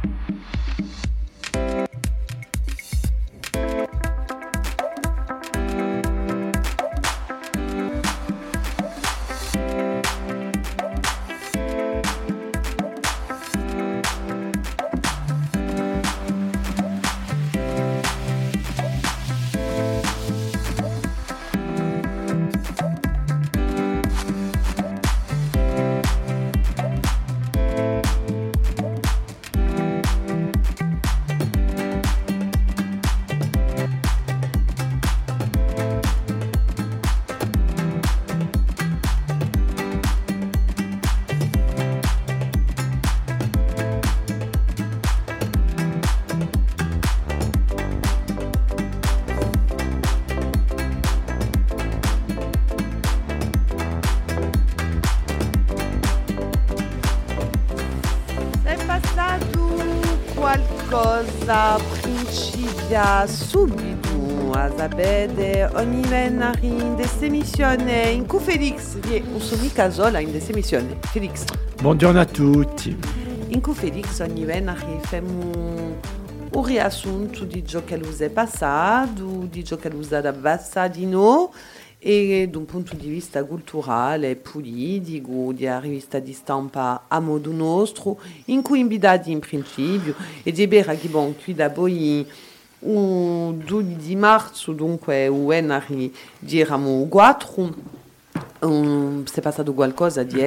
Qualcosa principia subito a sapere ogni venerdì in questa emissione in cui Felix non sono mica sola in questa emissione. Felix. Buongiorno a tutti. In cui Felix ogni venerdì facciamo un riassunto di ciò che è passato, di ciò che è passato di noi e da un punto di vista culturale, politico, di rivista di stampa a modo nostro, in cui invitati in principio, e di bere che bon, qui da poi un 12 marzo, dunque, venerdì, eravamo 4, è passato qualcosa di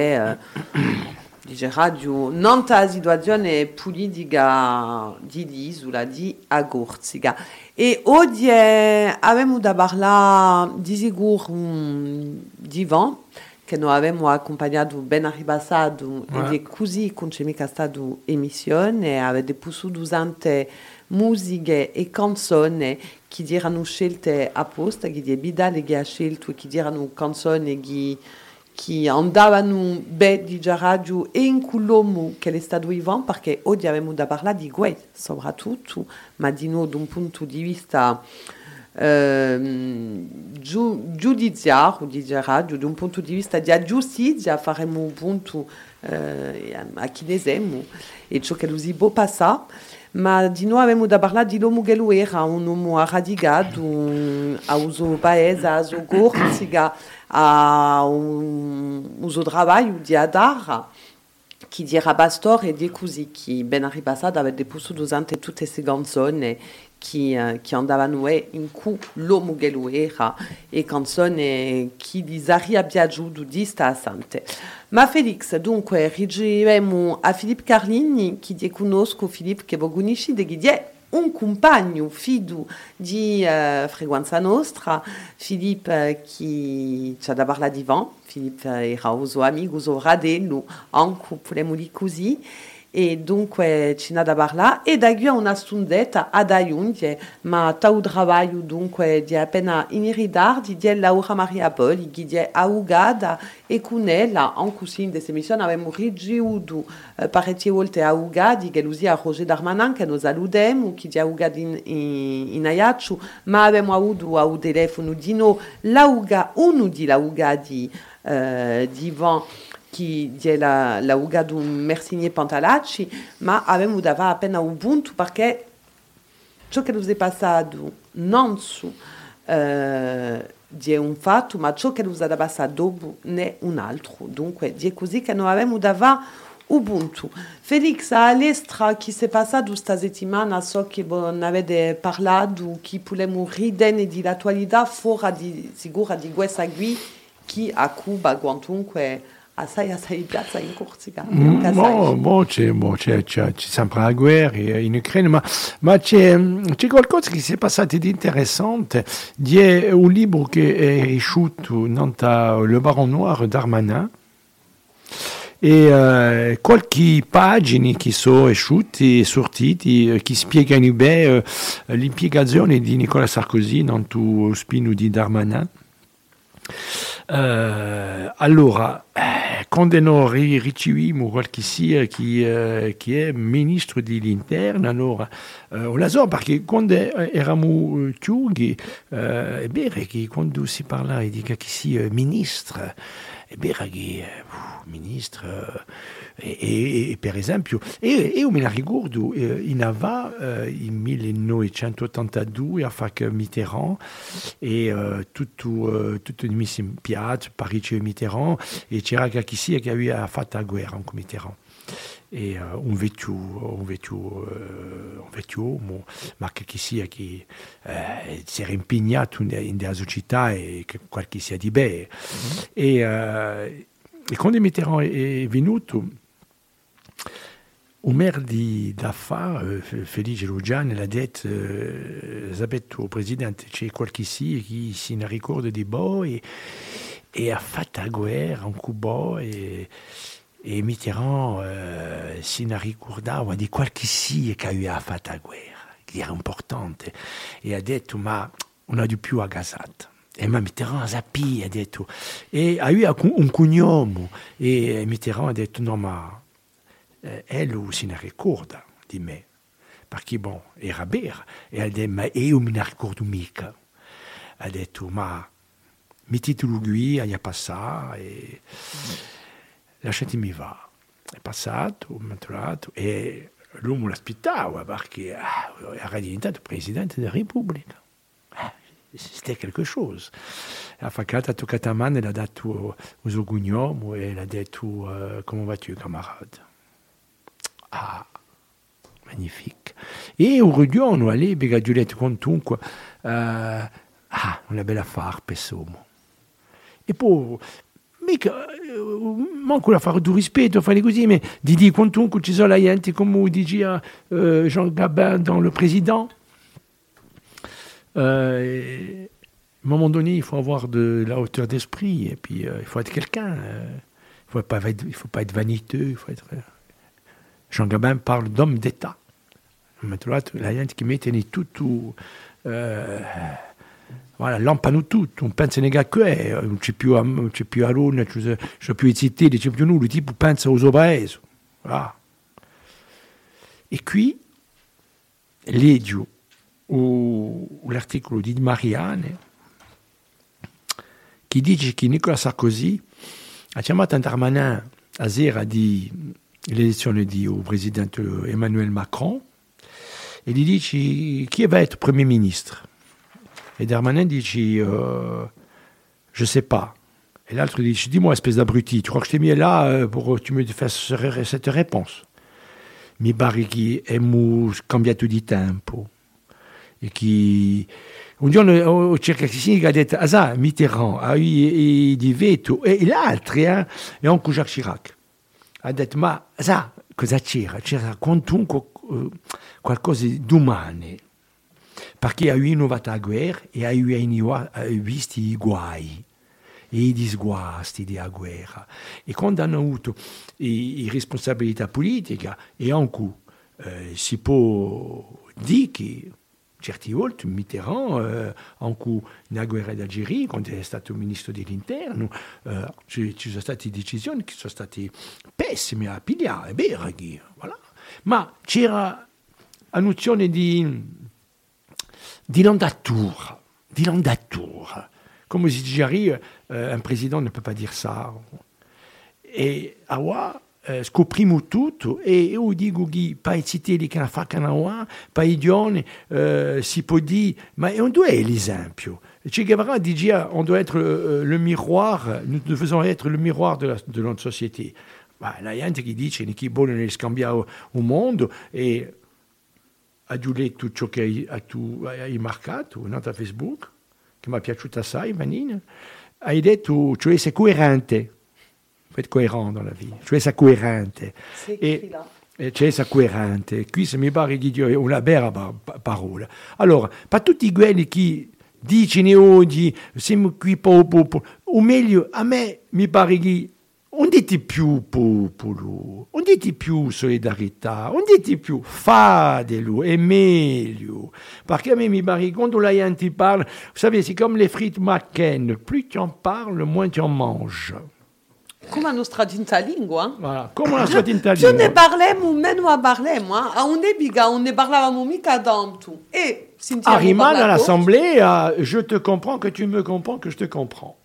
radio, non la situazione politica dell'isola di Agorzica. E oggi abbiamo da parlare di sicuro di Ivan, che noi abbiamo accompagnato ben arrivato ed è così con c'è mica stata emissione, avete potuto usare musiche e canzoni che erano scelte apposta, che è Bidale che ha scelto, che erano canzoni che andavano bene di radio e in quello che è stato Ivan, perché oggi abbiamo da parlare di guai, soprattutto, ma di noi da un punto di vista giudiziario di radio, da un punto di vista di giustizia, faremo un punto a chi siamo e ciò che si può passare. Ma di noi abbiamo da parlare di l'uomo che lo era, un uomo radicato a uso paese, a uso Corsica, a uso lavoro di Adara, che era pastore e di così, che ben arrivato aveva potuto usare tutte queste canzoni che andavano in cui l'uomo che lo era e canzoni che gli sarebbe piaciuto di stare sante. Ma Felix, dunque, riceviamo a Filippo Carlini, che conosco, Filippo che voi conoscete, che è un compagno fido di Frequenza Nostra, Filippo che ci ha da parlare di Ivan, Filippo era un suo amico, un suo fratello, anche possiamo dire così, e dunque ci ha da parlare, e da qui una stundetta ad aiuntare, ma tau lavoro dunque di appena in ritardo di Laura Maria Poli, che è augata e con ella, anche se in questa emissione abbiamo ricevuto parecchie volte augati, che lui sia Roger Darmanin, che noi salutiamo, che è augata in Ajaccio, ma abbiamo avuto a un telefono di noi uno di augati di Ivan, che è l'augato Mersigné Pantalacci, ma abbiamo dato appena un punto perché ciò che è passato non su di un fatto, ma ciò che è passato dopo ne è un altro. Dunque, è così che noi abbiamo dato un punto. Felix, all'estero, che si è passato questa settimana, so che voi ne avete parlato, che possiamo ridere dell'attualità fuori di sicura di questa qui, che a Cuba, quantunque assai piazza in Corsica. C'è sempre la guerra in Ucraina, ma c'è qualcosa che si è passato di interessante. C'è un libro che è uscito, Le Baron Noir d'Armanin, e qualche pagine che sono sortite che spiegano bene l'impiegazione di Nicolas Sarkozy nello spino di Darmanin. Allora, quando noi riceviamo qualche sia che è ministro dell'interno, allora la so perché quando eravamo giovani è vero che quando si parla di che sia ministro e beraghi ministro e per esempio io me la ricordo in Ava in 1982 a fatto Mitterrand e tutto mi si piace Parigi e Mitterrand e c'era chi sia che aveva fatto la guerra con Mitterrand e un vecchio uomo, ma che chi sia che si era impegnato nella società e che qualche sia di bene. E quando Mitterrand è venuto, un maire d'affaires, Felice Lugiani, l'ha detto, Elisabetta, presidente, c'è qualche sia che si ne ricorda di voi e ha fatto la guerra in Cuba e Mitterrand si ne ricordava di qualche sia che aveva fatto la guerra, che era importante, e ha detto, ma non ha di più agasato. E ma Mitterrand ha detto, e aveva un cognome, e Mitterrand ha detto, no, ma lui si ne ricorda di me, perché bon, era vero, e ha detto, ma io me ne ricordo mica. Ha detto, ma mettete lui, è passato, e lasciatemi va. È passato, maturato, e l'uomo l'aspettava perché era diventato presidente della Repubblica. C'était quelque chose. La facoltà ha toccato a mano e l'ha dato un suo cognome e l'ha detto come va-tu, camarade? Ah, magnifique. E un giorno all'epoca gli ho detto comunque una bella affare per sommo. E poi mica manco la fare du rispetto, fare così, ma di dire comunque ci sono la gente come diceva Jean Gabin dans Le Président. À un moment donné, il faut avoir de la hauteur d'esprit et puis il faut être quelqu'un. Il faut pas être vaniteux. Il faut être... Jean Gabin parle d'homme d'État. La gente qui mette tutto, voilà, lampano tutto, non pensa neanche a quello, non c'è più a Luna, non c'è più i zitti, non c'è più nulla, il tipo pensa aux paesi. Voilà. E qui, leggo l'articolo di Marianne che dice che Nicolas Sarkozy ha chiamato Darmanin a sera di l'elezione di presidente Emmanuel Macron e gli dice chi va être premier ministre e Darmanin dice je sais pas et l'autre dice dis-moi espèce d'abruti tu crois que je t'ai mis là pour que tu me fasses cette réponse mi pare che abbiamo cambiato di tempo e che un giorno cerca che ha detto Mitterrand ha eu di veto e l'altro e anche Jacques Chirac ha detto ma cosa c'era quantunque qualcosa di umano perché ha innovato la guerra e ha visto i guai e i disguasti della guerra e quando hanno avuto le responsabilità politiche e anche si può dire che certe volte Mitterrand, anche nella guerra d'Algeria, quando è stato ministro dell'interno, ci sono state decisioni che sono state pessime a pigliare, voilà. Ma c'era la nozione di l'ondatura. Come si dice, un presidente ne peut pas dire ça. E allora scopriamo tutto e io dico che per i cittadini che fanno per i giovani si può dire ma on doit être l'esempio. Che Guevara diceva on doit être le miroir, nous devons être le miroir de notre société. Ma la gente che dice che vogliono scambiare il mondo e ha giù letto ciò che hai marcato no, da Facebook che mi è piaciuto assai Vanina hai detto cioè sei coerente. Il faut être cohérent dans la vie, cioè essere coerente. E cioè essere coerente. Qui se mi pare che io una bella parola. Allora, per tutti quelli che dicono oggi siamo qui o meglio, a me mi pare che non dite più popolo, non dite più solidarietà, non dite più fatelo, è meglio. Perché a me mi pare che quando la gente parla, vous savez, c'est comme les frites McCain, plus tu en parles, moins tu en manges. Come la nostra tinta lingua. Voilà, come la nostra tinta lingua. Più ne parliamo, meno ne parliamo. A un'epoca non ne parlavamo mica tanto. E Arriva all'assemblée, je te comprends, que tu me comprends, que je te comprends.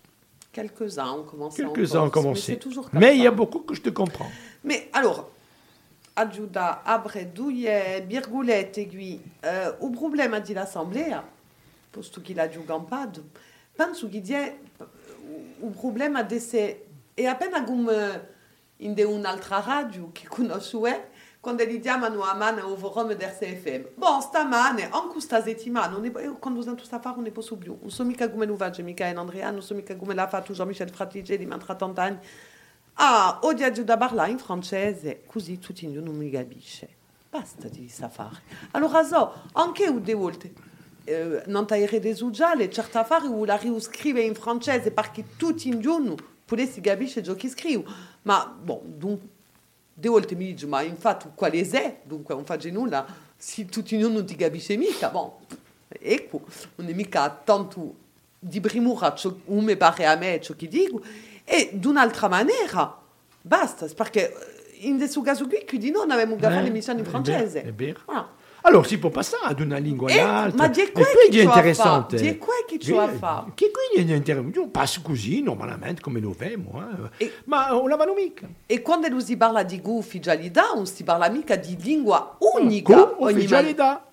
Quelques-uns ont commencé Quelques-uns ont commencé. Mais c'est toujours comme Mais il y a ça. beaucoup que je te comprends. Mais alors, Adjuda, après, douille, birgoulette, aiguille, au problème, a dit l'Assemblée, posto qu'il a dû gampade, penso qu'il dit, au problème a décès, et à peine à gomme, in de un'altra radio, che conosce, quando gli chiamano a mano o forum d'RCFM. Bon, stamane, anche questa settimana, quando usiamo questa fare non ne posso più. Non so mica come lo faccio, Michael Andrea, non so mica come l'ha fatto Jean-Michel Fraticelli, ma tra 30 anni. Ah, ho detto da parlare in francese, così tutti non mi capisce. Basta di safari. Allora so, anche delle volte, non tagliare dei ugiali, certe affari où la riscrive in francese perché tutti in giorno, pure si capisce ciò che scrivo. Ma, bon, dunque, delle volte mi dice, ma infatti quale è? Dunque non faccio nulla, se tutti non ti capisce mica. Bon, ecco, non è mica tanto di primura ciò che mi pare a me ciò che dico, e d'un'altra maniera, basta, perché in questo caso qui di non avevamo da fare l'emissione in francese. È vero. Voilà. Allora si può passare ad una lingua all'altra. Ma di e qua quindi è che interessante. Di qua che ci va a fare? Che quindi è interessante. Io passo così normalmente come lo vediamo, ma non la vanno mica. E quando si parla di co-ufficialità, non si parla mica di lingua unica. Co-ufficialità.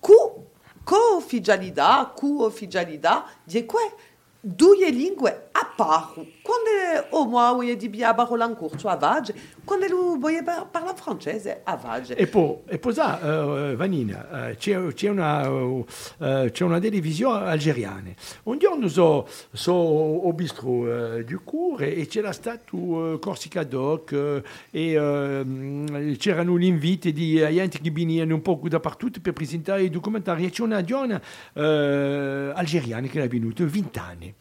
Co-ufficialità, di qua due lingue a parte. Quando moi voglio di via parola in corso a Vage, quando lui voglio parlare francese a Vage. E poi Vanina, c'è una televisione algeriana. Un giorno so au bistrot du cours e c'era stato Corsica Doc e c'erano gli inviti di gente che venivano un po' dappertutto per presentare i documentari. E c'è una donna algeriana che è venuta 20 anni.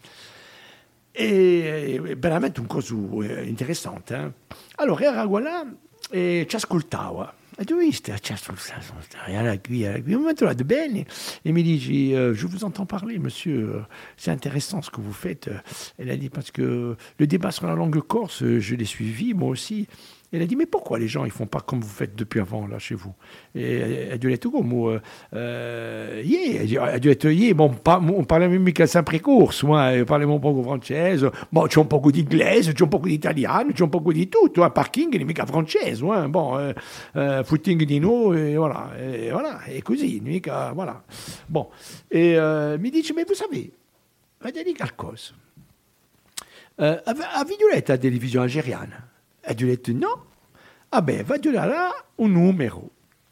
E veramente un coso interessante. Allora era là e ci ascoltava. E tu visto, ci ascoltava. Era qui. On m'a trovato bene. Et mi dit, je vous entends parler, monsieur. C'est intéressant ce que vous faites. Elle a dit, parce que le débat sur la langue corse, je l'ai suivi, moi aussi. Elle a dit, mais pourquoi les gens ils font pas comme vous faites depuis avant là chez vous? Et elle a dû être comme elle a dû être bon, on parlait même mica sempre corso, parliamo un poco francese, bon, c'è un poco di inglese, c'è un poco di italiano, c'è un poco di tutto, parking è mica francese, bon, footing di noi, voilà, et così, mica, voilà. Bon, et mi dice, mais vous savez, vado a dire qualcosa. Avete letto la televisione algeriana? Elle a dit non. Ah ben, va de là un numéro.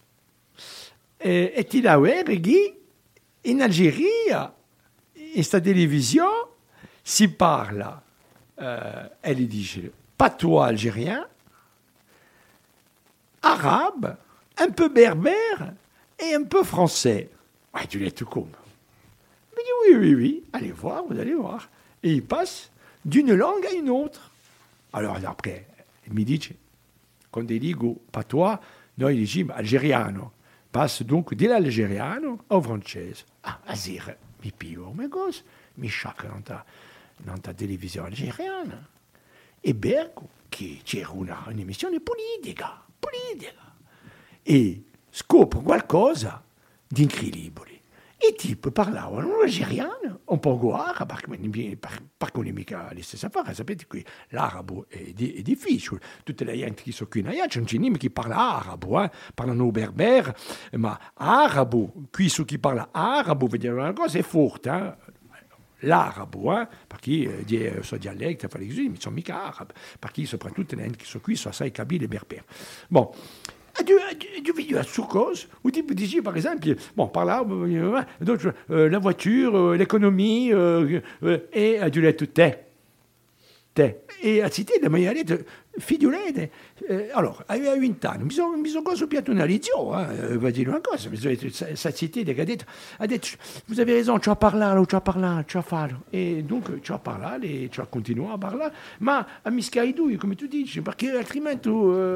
Et il a dit, in Algérie, in questa télévision, si parle, elle dit, patois algérien, arabe, un peu berbère et un peu français. Ah, tu l'as tout comme. Il me dit oui, allez voir, vous allez voir. Et il passe d'une langue à une autre. Alors après, mi dice, quando dico patois, noi diciamo algeriano, passo dunque dall'algeriano al francese. Ah, azir, mi piglio come cosa, mi sciacca non ta televisione algeriana. E bergo che c'era un'emissione politica, e scopro qualcosa di incredibile. E tipo parlavano algeriano, un po' arabe, perché non è mica la stessa cosa. Sapete qui l'arabo è difficile. Tutte le gente che sono qui in Aia, non c'è niente che parla arabo, parlano berbere, ma arabo, qui su chi parla arabo, vedete una cosa, è forte, l'arabo, perché il suo dialetto, non sono mica arabe, perché soprattutto le gente che sono qui sono assai kabyle e berbere. Bon. Du vidéo sur cause, où tu peux dire, par exemple, bon, par là, la voiture, l'économie, et du lait te. E a cité la manière figliolette. Alors, a 20 anni, mi sono cosa piatonalizio, va dire una cosa, sa cité des gars a detto, vous avez raison, tu vas parler, tu vas fare. E donc, tu vas parler, tu vas continuare a parlare, ma a miscaidui, come tu dici, perché altrimenti,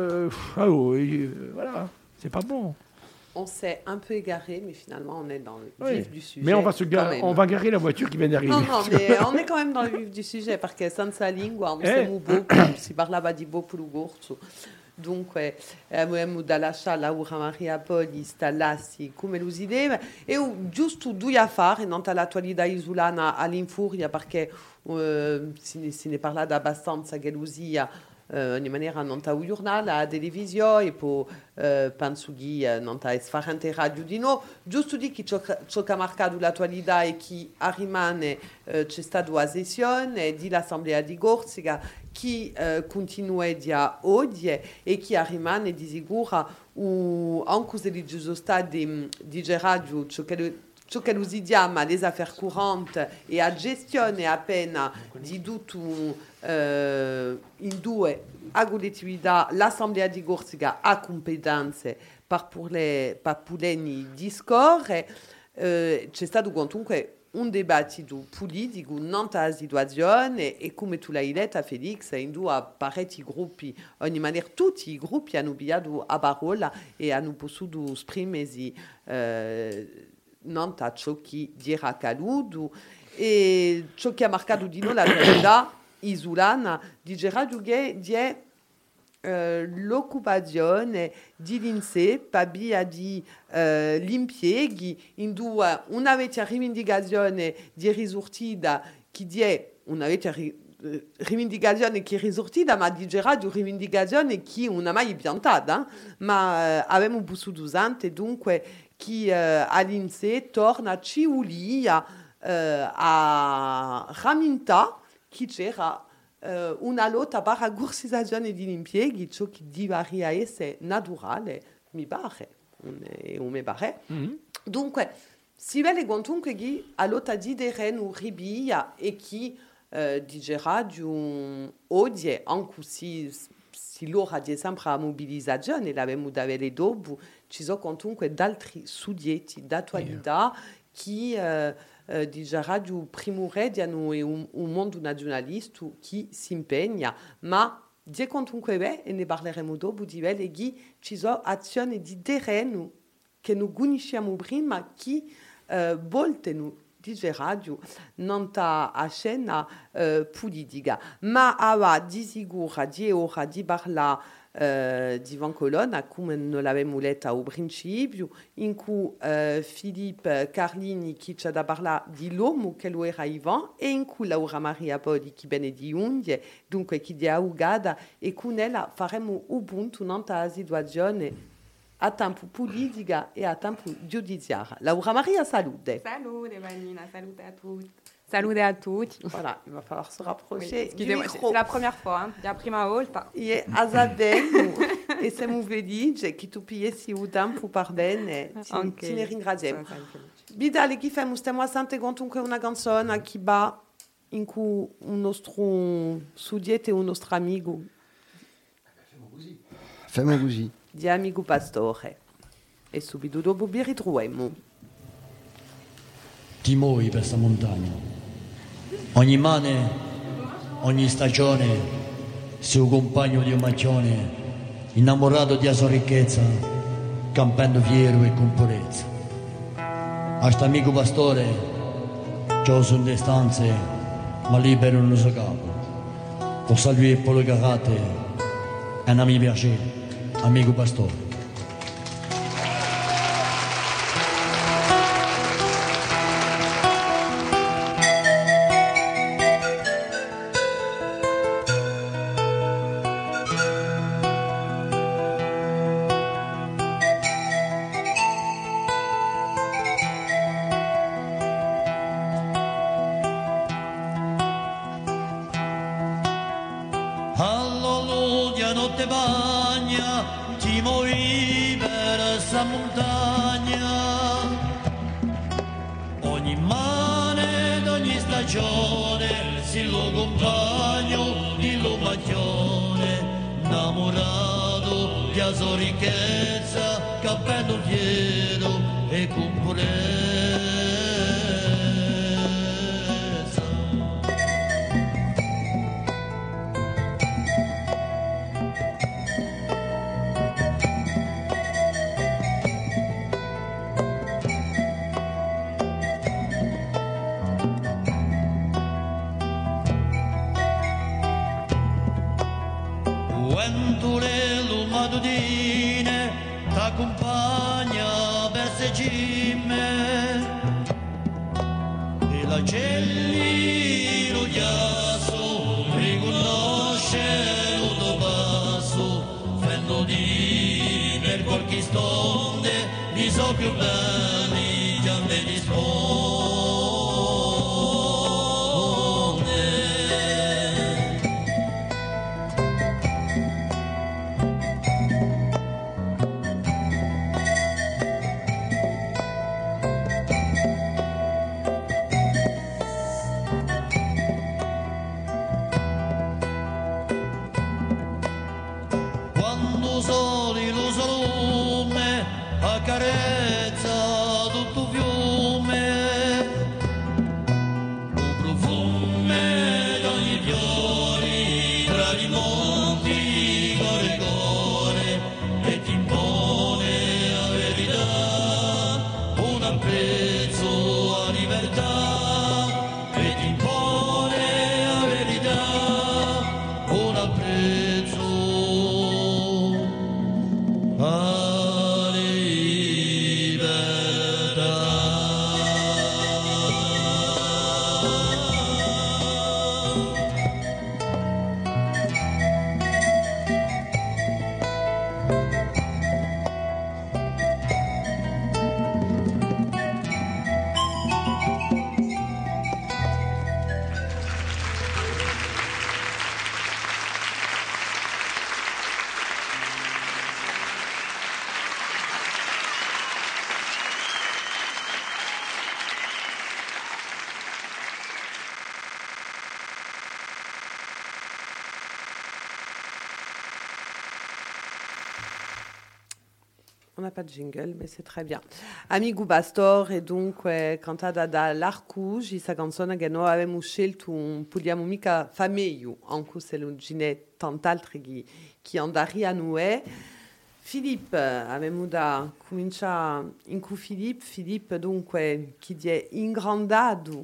voilà, c'est pas bon. On s'est un peu égaré, mais finalement, on est dans le vif du sujet. Mais on va garer la voiture qui vient d'arriver. Non, mais on est quand même dans le vif du sujet, perché senza lingua non siamo beaucoup, si parlava di popolo corso. Dunque, abbiamo lasciato Laura Maria Poli installarsi come lo si deve e giusto due affari nell'attualità isolana all'infuria perché si ne parla abbastanza che lo sia in maniera non ta giornale, a televisione e poi penso che non ta sfarante radio di no, giusto di che ciò che ha marcato l'attualità e che rimane c'è stata una sessione dell'Assemblea di Corsica che continua a oggi e che rimane di sicuro anche se di giusto stato di radio ciò che lo si chiama les affaires courantes e a gestione appena di tutto in due agoletividad l'Assemblea di Corsica ha competenze per puleni discorre c'è stato comunque un dibattito politico non la situazione e come tu l'hai detto Felix in due parecchi gruppi in maniera tutti i gruppi hanno pigliato a parola e hanno potuto esprimersi non a ciò che dirà accaduto e ciò che ha marcato di noi la realtà isolana di Gerardo di l'occupazione di l'INSEE per via di l'impieghi in due una vecchia rivendicazione di risortita che è una vecchia rivendicazione che è risortita ma di Gerardo rivendicazione che non ha mai piantata ma abbiamo potuto usare dunque che all'INSEE torna a Ciulia a Raminta che c'era una lotta per la gursizzazione degli impieghi, ciò che divaria essere naturale, mi pare. Dunque, si vede comunque che la lotta di terreno ribia e che digerà di un odio, anche se loro hanno sempre la mobilizzazione, l'abbiamo da vedere dopo, ci sono comunque altri soggetti d'attualità che digerà di primordiano e un mondo nazionalista che si impegna, ma di comunque e ne parleremo dopo di vedere che ci sono azioni di terreno che non conosciamo prima che voltano di radio non a scena politica, ma aveva di sicuro di ora di parlare di Van Colonna, come non l'avevamo letto al principio, in cui Filippo Carlini che ci ha parlato di l'uomo che lo era Ivan e in cui Laura Maria Poli che viene di Unghie, dunque che è ahugata e con ella faremo un punto nella situazione a tempo politica e a tempo giudiziario. Laura Maria, salute. Salute Vanina, salute a tutti. Salute a tutti. Voilà, il va falloir se rapprocher. Oui, excusez-moi, c'est la première fois, hein. La prima volta. E Azadem e siamo felici che tu piessi un tempo per bene. Ti ne ringraziamo. Bidale, che facciamo? Stiamo assente comunque una canzone che va in cui un nostro soggetto e un nostro amico. Facciamo così. Di amico pastore. E subito dopo vi ritroviamo. Ti muovi per questa montagna. Ogni mane, ogni stagione, sei un compagno di un macchione, innamorato di sua ricchezza, campendo fiero e con purezza. A sto amico pastore, ciò sono le stanze, ma libero non so capo. Per saluire per le carate, è un ami piacere, amico pastore. All'ologlia notte bagna, ti muovi per sta montagna. Ogni mane d'ogni stagione, si lo compagno di lo macchione, innamorato di sua ricchezza, cappello fiero e con purezza. Ventule accompagna verso cime e la celli lo ghiasso riconosce lo tuo passo fendo di per qualche istante mi so più belli già me risponde. Quando soli lo salume accarezza tutto fiume, un profume d'ogni fiori tra i monti core core e ti impone la verità, un apprezzo a libertà e ti impone la verità, un apprezzo a On n'a pas de jingle, mais c'est très bien. Amigo Bastor, e dunque cantata dall'Arcugi, questa canzone che noi avevamo scelto, non possiamo mica fa meglio, anche se non ce n'è tant'altri che andariano. Philippe, avevamo da cominciare in cui Philippe dunque, che è ingrandato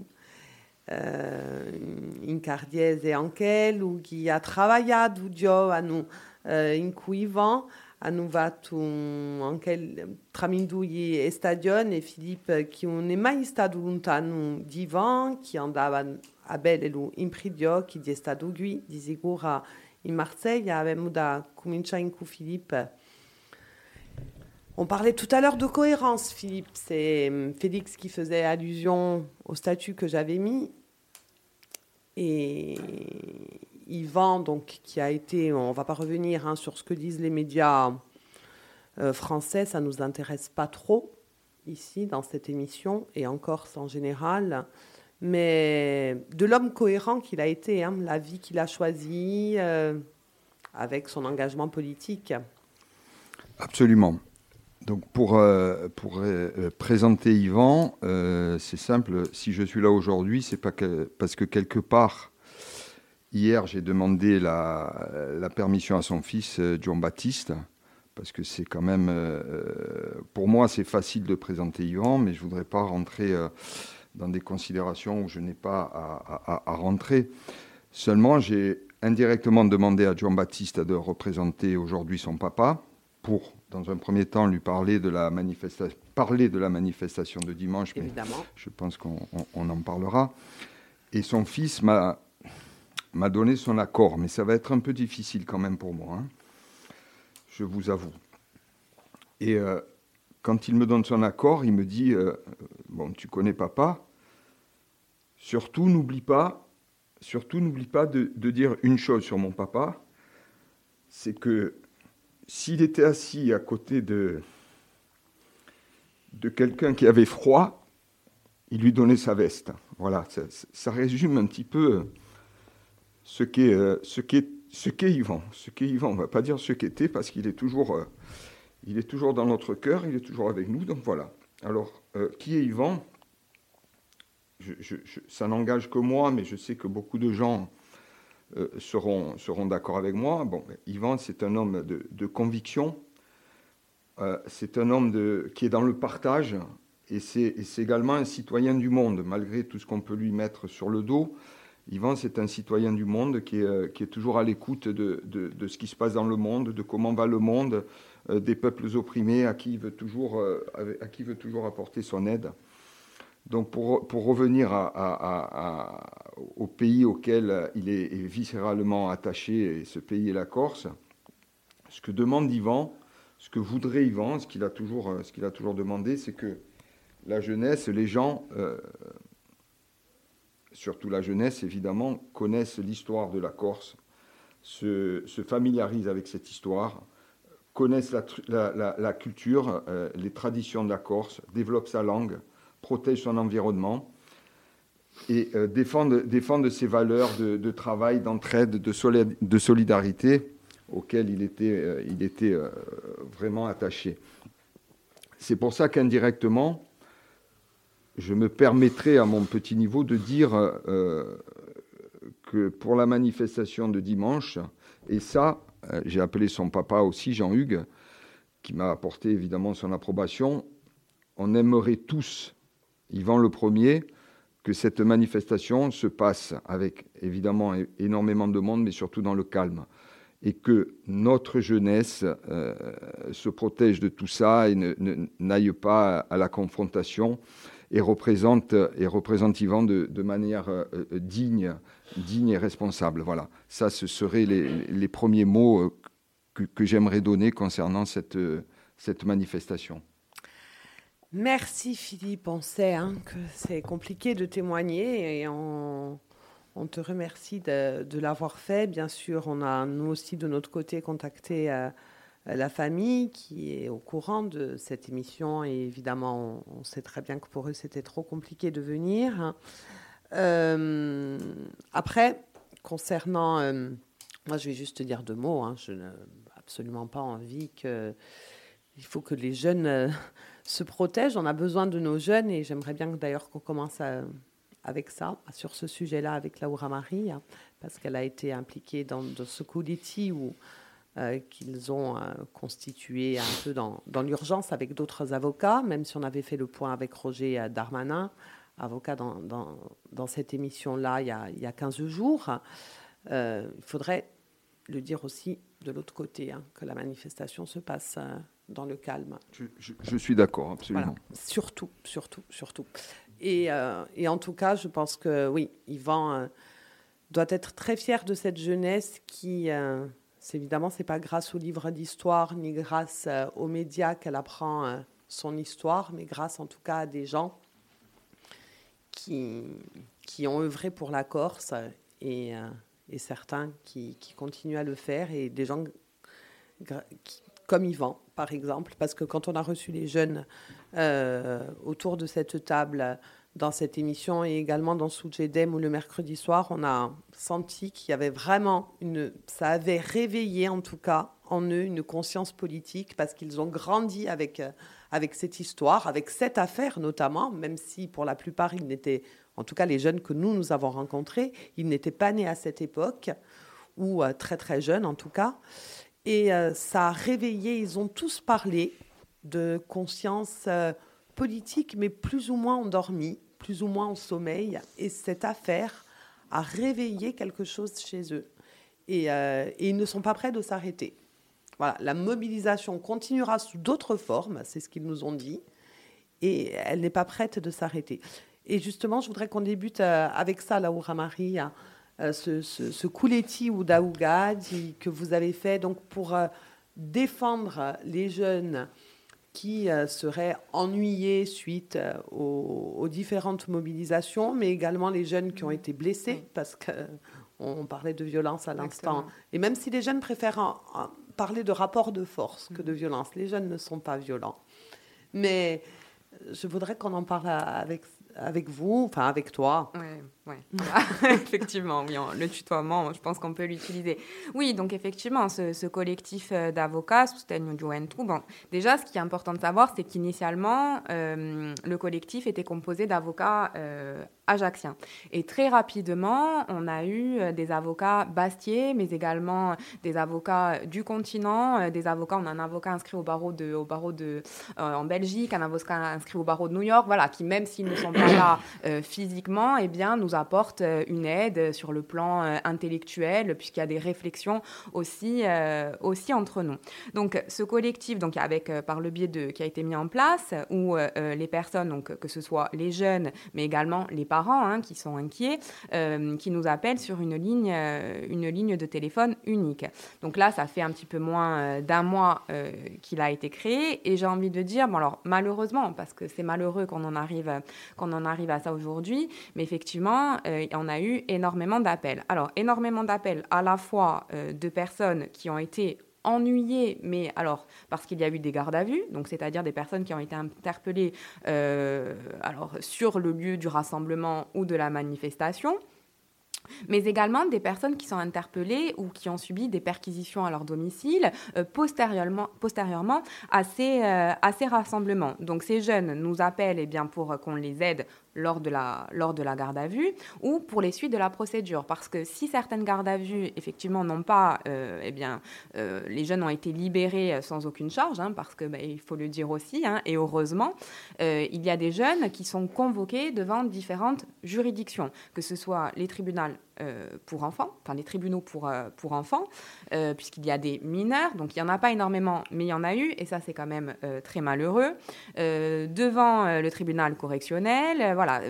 in Cardiese anche lui, che ha lavorato giovane in cui va. Hanno fatto anche tramindui e stagioni e Philippe che non è mai stato lontano di Ivan, che andava a Bello in Pridio, che è stato qui di sicuro in Marseille. Avevamo da cominciare in cui Philippe. On parlait tout à l'heure de cohérence, Philippe. C'est Félix qui faisait allusion au statut que j'avais mis. Et Yvan, donc, qui a été, on ne va pas revenir sur ce que disent les médias français, ça ne nous intéresse pas trop ici dans cette émission et en Corse en général, mais de l'homme cohérent qu'il a été, la vie qu'il a choisie avec son engagement politique. Absolument. Donc pour présenter Yvan, c'est simple, si je suis là aujourd'hui, c'est pas parce que quelque part, hier j'ai demandé la permission à son fils Giambattista, parce que c'est quand même, pour moi c'est facile de présenter Yvan, mais je voudrais pas rentrer dans des considérations où je n'ai pas à rentrer. Seulement j'ai indirectement demandé à Giambattista de représenter aujourd'hui son papa, pour, dans un premier temps, lui parler de la manifestation de dimanche, mais évidemment, je pense qu'on en parlera. Et son fils m'a donné son accord, mais ça va être un peu difficile quand même pour moi, je vous avoue. Et quand il me donne son accord, il me dit bon, tu connais papa, surtout n'oublie pas de dire une chose sur mon papa, c'est que s'il était assis à côté de quelqu'un qui avait froid, il lui donnait sa veste. Voilà, ça résume un petit peu ce qu'est Yvan. Ce qu'est Yvan, on ne va pas dire ce qu'était, parce qu'il est toujours dans notre cœur, il est toujours avec nous, donc voilà. Alors, qui est Yvan ? Ça n'engage que moi, mais je sais que beaucoup de gens seront d'accord avec moi. Bon, Yvan, c'est un homme de conviction, c'est un homme qui est dans le partage, et c'est également un citoyen du monde, malgré tout ce qu'on peut lui mettre sur le dos. Yvan, c'est un citoyen du monde qui est toujours à l'écoute de ce qui se passe dans le monde, de comment va le monde, des peuples opprimés à qui il veut toujours apporter son aide. Donc pour revenir au pays auquel il est viscéralement attaché, et ce pays est la Corse, ce que demande Yvan, ce que voudrait Yvan, ce qu'il a toujours demandé, c'est que la jeunesse, les gens, surtout la jeunesse évidemment, connaissent l'histoire de la Corse, se familiarisent avec cette histoire, connaissent la culture, les traditions de la Corse, développent sa langue, protègent son environnement et défendent ces valeurs de travail, d'entraide, de solidarité auxquelles il était vraiment attaché. C'est pour ça qu'indirectement, je me permettrai à mon petit niveau de dire que pour la manifestation de dimanche, et ça, j'ai appelé son papa aussi, Jean-Hugues, qui m'a apporté évidemment son approbation, on aimerait tous, Yvan le premier, que cette manifestation se passe avec évidemment énormément de monde, mais surtout dans le calme. Et que notre jeunesse se protège de tout ça et n'aille pas à la confrontation et représente Yvan de manière digne et responsable. Voilà, ça ce seraient les premiers mots que j'aimerais donner concernant cette manifestation. Merci Philippe, on sait que c'est compliqué de témoigner et on te remercie de l'avoir fait. Bien sûr, on a nous aussi de notre côté contacté la famille qui est au courant de cette émission et évidemment on sait très bien que pour eux c'était trop compliqué de venir. Après, concernant, moi je vais juste te dire 2 mots, je n'ai absolument pas envie il faut que les jeunes se protègent, on a besoin de nos jeunes et j'aimerais bien d'ailleurs qu'on commence avec ça, sur ce sujet-là avec Laura Marie, parce qu'elle a été impliquée dans ce Cooliti où qu'ils ont constitué un peu dans l'urgence avec d'autres avocats, même si on avait fait le point avec Roger Darmanin, avocat dans cette émission-là il y a 15 jours. Il faudrait le dire aussi de l'autre côté, que la manifestation se passe dans le calme. Je suis d'accord, absolument. Voilà. Surtout. Et en tout cas, je pense que oui, Yvan doit être très fier de cette jeunesse qui... évidemment, ce n'est pas grâce aux livres d'histoire ni grâce aux médias qu'elle apprend son histoire, mais grâce en tout cas à des gens qui ont œuvré pour la Corse et certains qui continuent à le faire et des gens comme Yvan, par exemple, parce que quand on a reçu les jeunes autour de cette table dans cette émission et également dans Soudjedem ou le mercredi soir, on a senti qu'il y avait vraiment ça avait réveillé en tout cas en eux une conscience politique parce qu'ils ont grandi avec cette histoire, avec cette affaire notamment, même si pour la plupart ils n'étaient, en tout cas les jeunes que nous avons rencontrés, ils n'étaient pas nés à cette époque ou très très jeunes en tout cas. Et ça a réveillé, ils ont tous parlé de conscience politique, mais plus ou moins endormie, plus ou moins en sommeil. Et cette affaire a réveillé quelque chose chez eux. Et ils ne sont pas prêts de s'arrêter. Voilà, la mobilisation continuera sous d'autres formes, c'est ce qu'ils nous ont dit. Et elle n'est pas prête de s'arrêter. Et justement, je voudrais qu'on débute avec ça, Laura Marie, ce Cooliti ou Daouga que vous avez fait donc pour défendre les jeunes qui seraient ennuyés suite aux différentes mobilisations, mais également les jeunes qui ont été blessés, parce qu'on parlait de violence à l'instant. Exactement. Et même si les jeunes préfèrent parler de rapport de force que de violence, les jeunes ne sont pas violents. Mais je voudrais qu'on en parle avec vous, enfin avec toi. Oui. Effectivement, oui, le tutoiement, je pense qu'on peut l'utiliser. Oui, donc effectivement, ce collectif d'avocats, Sostegno Gioventù, déjà, ce qui est important de savoir, c'est qu'initialement, le collectif était composé d'avocats ajacciens. Et très rapidement, on a eu des avocats bastiais, mais également des avocats du continent, des avocats, on a un avocat inscrit au barreau en Belgique, un avocat inscrit au barreau de New York, voilà, qui même s'ils ne sont pas pas là physiquement, eh bien, nous apporte une aide sur le plan intellectuel, puisqu'il y a des réflexions aussi entre nous. Donc, ce collectif, donc, par le biais qui a été mis en place, où les personnes, donc, que ce soit les jeunes, mais également les parents qui sont inquiets, qui nous appellent sur une ligne de téléphone unique. Donc là, ça fait un petit peu moins d'un mois qu'il a été créé, et j'ai envie de dire, bon alors malheureusement, parce que c'est malheureux qu'on en arrive à ça aujourd'hui, mais effectivement, on a eu énormément d'appels. Alors, énormément d'appels à la fois de personnes qui ont été ennuyées, mais alors parce qu'il y a eu des gardes à vue, donc c'est-à-dire des personnes qui ont été interpellées sur le lieu du rassemblement ou de la manifestation, mais également des personnes qui sont interpellées ou qui ont subi des perquisitions à leur domicile postérieurement à ces rassemblements. Donc ces jeunes nous appellent pour qu'on les aide lors de la garde à vue ou pour les suites de la procédure. Parce que si certaines gardes à vue, effectivement, n'ont pas, les jeunes ont été libérés sans aucune charge, parce que, il faut le dire aussi, et heureusement, il y a des jeunes qui sont convoqués devant différentes juridictions, que ce soit les tribunaux pour enfants, les tribunaux pour enfants, puisqu'il y a des mineurs, donc il n'y en a pas énormément, mais il y en a eu, et ça c'est quand même très malheureux, devant le tribunal correctionnel,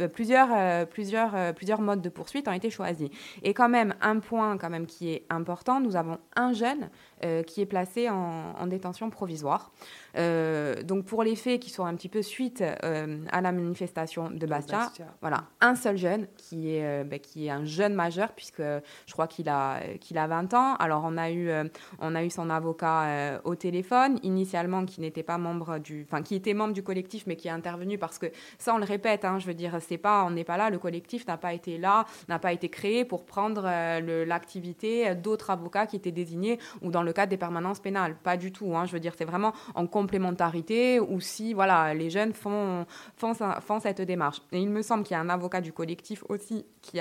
plusieurs modes de poursuite ont été choisis. Et quand même, un point qui est important, nous avons un jeune qui est placé en détention provisoire. Donc pour les faits qui sont un petit peu suite à la manifestation de Bastia, voilà, un seul jeune qui est un jeune majeur, puisque je crois qu'il a 20 ans. Alors on a eu son avocat au téléphone, initialement qui n'était pas qui était membre du collectif, mais qui est intervenu parce que ça on le répète, je veux dire, on n'est pas là, le collectif n'a pas été créé pour prendre l'activité d'autres avocats qui étaient désignés ou dans le cadre des permanences pénales, pas du tout. Je veux dire, c'est vraiment en complémentarité ou si les jeunes font cette démarche. Et il me semble qu'il y a un avocat du collectif aussi qui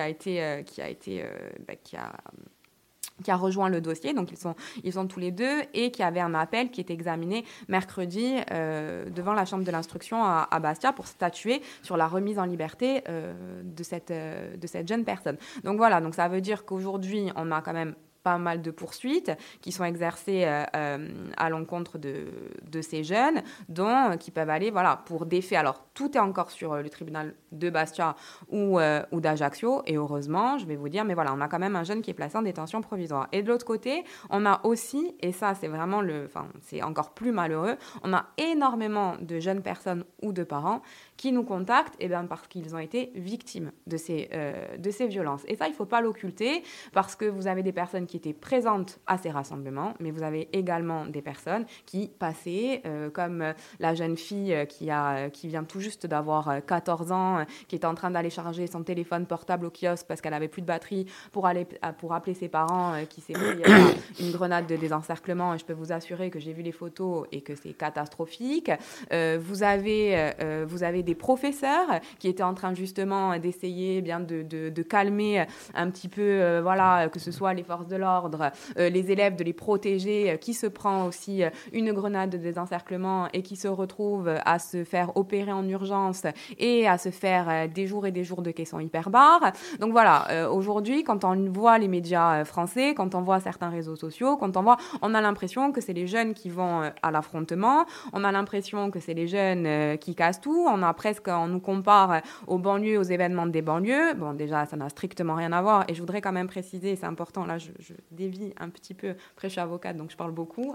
a rejoint le dossier, donc ils sont tous les deux, et qui avait un appel qui était examiné mercredi devant la chambre de l'instruction à Bastia pour statuer sur la remise en liberté de cette jeune personne. Donc voilà, donc ça veut dire qu'aujourd'hui, on a quand même pas mal de poursuites qui sont exercées à l'encontre de ces jeunes, qui peuvent aller pour des faits. Alors, tout est encore sur le tribunal de Bastia ou d'Ajaccio, et heureusement, je vais vous dire, mais voilà, on a quand même un jeune qui est placé en détention provisoire. Et de l'autre côté, on a aussi, et ça, c'est vraiment c'est encore plus malheureux, on a énormément de jeunes personnes ou de parents qui nous contactent parce qu'ils ont été victimes de ces violences. Et ça, il ne faut pas l'occulter, parce que vous avez des personnes qui étaient présentes à ces rassemblements, mais vous avez également des personnes qui passaient, comme la jeune fille qui vient tout juste d'avoir 14 ans, qui était en train d'aller charger son téléphone portable au kiosque parce qu'elle n'avait plus de batterie pour appeler ses parents, qui s'est pris une grenade de désencerclement. Et je peux vous assurer que j'ai vu les photos et que c'est catastrophique. Vous avez des professeurs qui étaient en train justement d'essayer de calmer un petit peu, que ce soit les forces de l'ordre, les élèves, de les protéger, qui se prend aussi une grenade de désencerclement et qui se retrouve à se faire opérer en urgence et à se faire des jours et des jours de caisson hyperbare. Donc voilà, aujourd'hui, quand on voit les médias français, quand on voit certains réseaux sociaux, on a l'impression que c'est les jeunes qui vont à l'affrontement, on a l'impression que c'est les jeunes qui cassent tout, on nous compare aux banlieues, aux événements des banlieues. Bon, déjà, ça n'a strictement rien à voir, et je voudrais quand même préciser, c'est important, là, je dévie un petit peu, après je suis avocate, donc je parle beaucoup,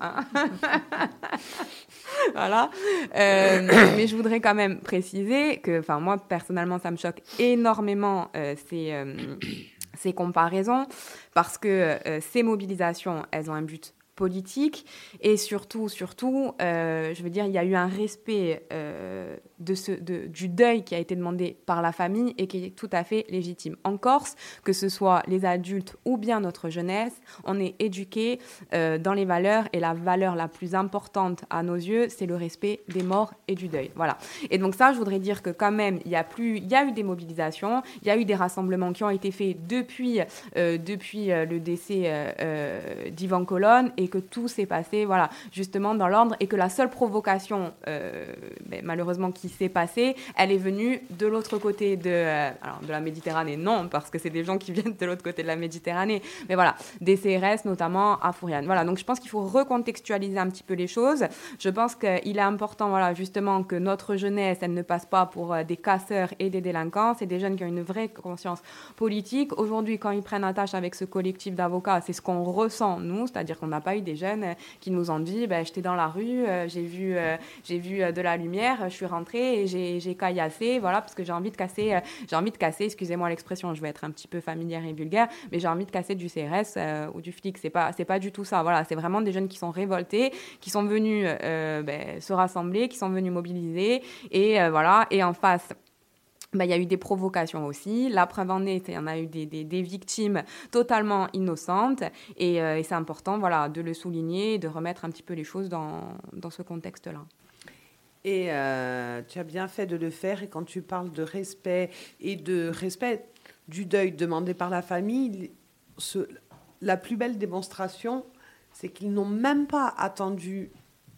voilà, mais je voudrais quand même préciser que, moi, personnellement, ça me choque énormément ces comparaisons, parce que ces mobilisations, elles ont un but politique, et surtout, je veux dire, il y a eu un respect du deuil qui a été demandé par la famille et qui est tout à fait légitime. En Corse, que ce soit les adultes ou bien notre jeunesse, on est éduqués dans les valeurs, et la valeur la plus importante à nos yeux, c'est le respect des morts et du deuil. Voilà. Et donc ça, je voudrais dire que quand même, il y a eu des mobilisations, il y a eu des rassemblements qui ont été faits depuis le décès d'Yvan Colonne, et que tout s'est passé, voilà, justement dans l'ordre, et que la seule provocation, malheureusement, qui s'est passée, elle est venue de l'autre côté de la Méditerranée, non, parce que c'est des gens qui viennent de l'autre côté de la Méditerranée, mais voilà, des CRS notamment à Fouriane. Voilà, donc je pense qu'il faut recontextualiser un petit peu les choses. Je pense qu'il est important, voilà, justement, que notre jeunesse, elle ne passe pas pour des casseurs et des délinquants. C'est des jeunes qui ont une vraie conscience politique. Aujourd'hui, quand ils prennent attache avec ce collectif d'avocats, c'est ce qu'on ressent, nous, c'est-à-dire qu'on n'a pas eu des jeunes qui nous ont dit j'étais dans la rue, j'ai vu de la lumière, je suis rentrée et j'ai caillassé, voilà, parce que j'ai envie de casser, excusez-moi l'expression, je vais être un petit peu familière et vulgaire, mais j'ai envie de casser du CRS ou du flic. C'est pas du tout ça. Voilà, c'est vraiment des jeunes qui sont révoltés, qui sont venus se rassembler, qui sont venus mobiliser, et voilà, et en face, il y a eu des provocations aussi. La preuve en est, il y en a eu des victimes totalement innocentes. Et c'est important, voilà, de le souligner, de remettre un petit peu les choses dans ce contexte-là. Et tu as bien fait de le faire. Et quand tu parles de respect et de respect du deuil demandé par la famille, la plus belle démonstration, c'est qu'ils n'ont même pas attendu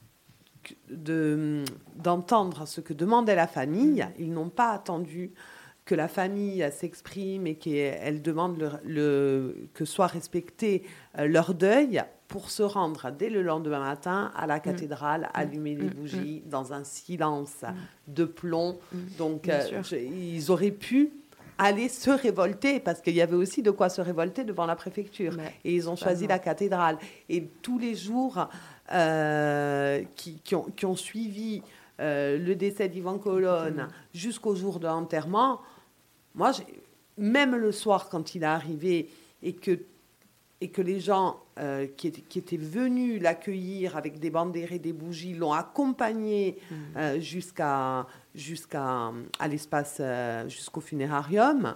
d'entendre ce que demandait la famille. Ils n'ont pas attendu que la famille s'exprime et qu'elle demande que soit respecté leur deuil pour se rendre dès le lendemain matin à la cathédrale, allumer les bougies dans un silence de plomb. Donc ils auraient pu aller se révolter, parce qu'il y avait aussi de quoi se révolter devant la préfecture. Et ils ont choisi la cathédrale. Et tous les jours qui ont suivi le décès d'Ivan Colonne jusqu'au jour de l'enterrement, moi, même le soir, quand il est arrivé et que les gens qui étaient venus l'accueillir avec des banderes et des bougies l'ont accompagné jusqu'à l'espace, jusqu'au funérarium,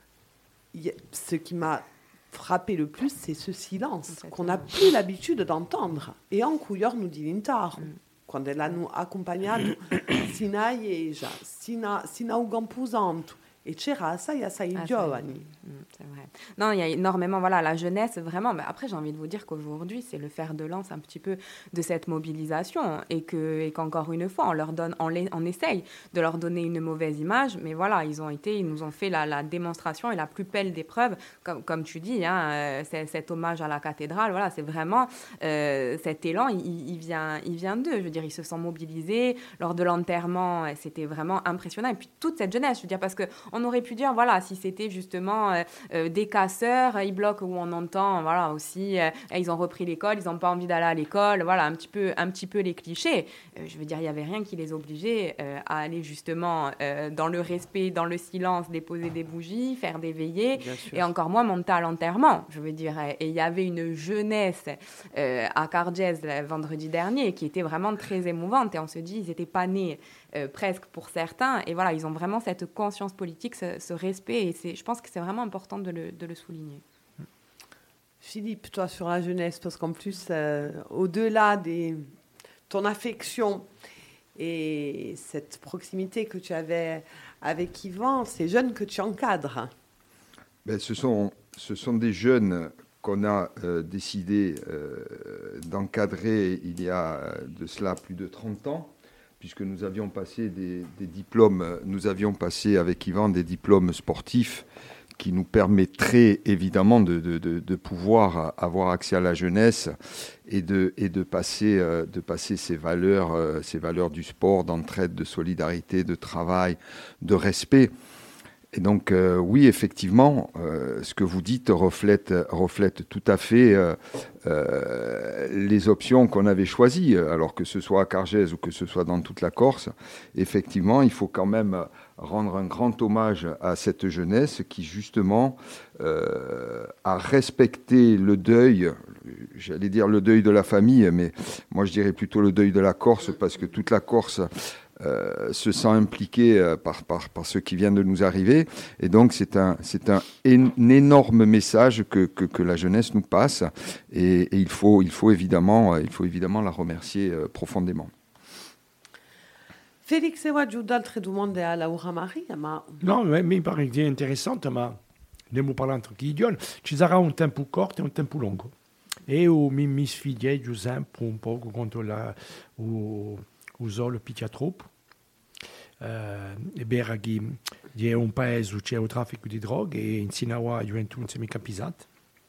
ce qui m'a frappé le plus, c'est ce silence qu'on n'a plus l'habitude d'entendre. Et en couilleur nous dit l'intar. Quando ela nous accompagnato sino a Ieja, sino au Gampusanto. Et c'era assai giovani. C'est vrai. Non, il y a énormément, voilà, la jeunesse, vraiment. Mais après, j'ai envie de vous dire qu'aujourd'hui, c'est le fer de lance un petit peu de cette mobilisation, et qu'encore une fois, on essaye de leur donner une mauvaise image, mais voilà, ils nous ont fait la démonstration et la plus belle des preuves, comme tu dis, cet hommage à la cathédrale, voilà, c'est vraiment cet élan, il vient d'eux. Je veux dire, ils se sont mobilisés lors de l'enterrement, c'était vraiment impressionnant. Et puis toute cette jeunesse, je veux dire, parce que on aurait pu dire, voilà, si c'était justement des casseurs, ils bloquent, où on entend, voilà, aussi, ils ont repris l'école, ils n'ont pas envie d'aller à l'école, voilà, un petit peu les clichés. Je veux dire, il n'y avait rien qui les obligeait à aller justement dans le respect, dans le silence, déposer des bougies, faire des veillées, et encore moins monter à l'enterrement, je veux dire. Et il y avait une jeunesse à Cargès vendredi dernier qui était vraiment très émouvante, et on se dit, ils n'étaient pas nés presque pour certains, et voilà, ils ont vraiment cette conscience politique, ce respect, et je pense que c'est vraiment important de le souligner. Philippe, toi sur la jeunesse, parce qu'en plus, au-delà de ton affection et cette proximité que tu avais avec Yvan, ces jeunes que tu encadres. Ce sont des jeunes qu'on a décidé d'encadrer il y a de cela plus de 30 ans, puisque nous avions passé des diplômes, nous avions passé avec Yvan des diplômes sportifs qui nous permettraient évidemment de pouvoir avoir accès à la jeunesse et de passer ces valeurs du sport, d'entraide, de solidarité, de travail, de respect. Et donc, oui, effectivement, ce que vous dites reflète tout à fait les options qu'on avait choisies. Alors que ce soit à Cargès ou que ce soit dans toute la Corse, effectivement, il faut quand même rendre un grand hommage à cette jeunesse qui, justement, a respecté le deuil, j'allais dire le deuil de la famille, mais moi je dirais plutôt le deuil de la Corse, parce que toute la Corse se sent impliqué par ce qui vient de nous arriver, et donc c'est un énorme message que la jeunesse nous passe, et il faut évidemment la remercier profondément. Félix, vuoi d'altre domande a Laura Maria? Non, mi pare interessante, ma andiamo parlando anche di Dion. Ci sarà un tempo corto e un tempo lungo. E mi sfidiei sempre un po' contro usò il picchiatroppo. E bera che è un paese dove c'è un traffico di droghe e in Sinawa diventa un semicapisato.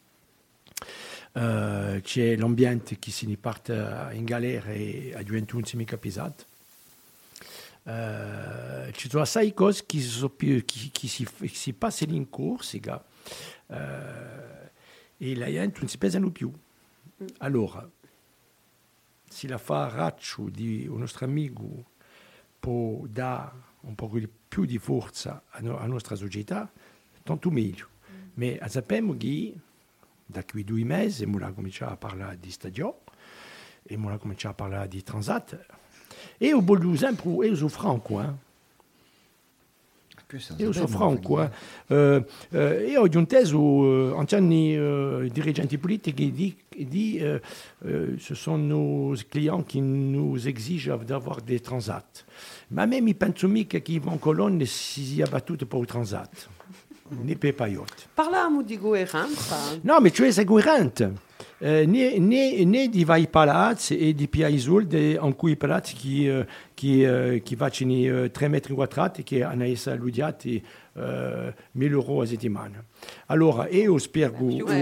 C'è l'ambiente che si parte in galera e diventa un semicapisato. Ci sono assai cose che si passano in corsa e la gente non si pesano più. Allora, se la fa raccio di un nostro amico può dare un po' più di forza alla nostra società, tanto meglio. Ma sappiamo che da qui 2 mesi abbiamo cominciato a parlare di stadio e abbiamo cominciato a parlare di transat. E io voglio sempre, io sono franco, io sono franco. Io ho inteso anziani dirigenti politici che ce sono i clienti che nous exigent d'avoir des transats. Ma a me mi penso mica che Ivan Colonne si sia battuto per il transat. Ne per Paiot. Parliamo di coerenza. No, ma cioè è coerente. Né di vai palazzi e di piaisoldi in cui i palazzi che facciano 3 metri quadrati che hanno essere alludiati 1.000 euro a settimana. Allora, io spero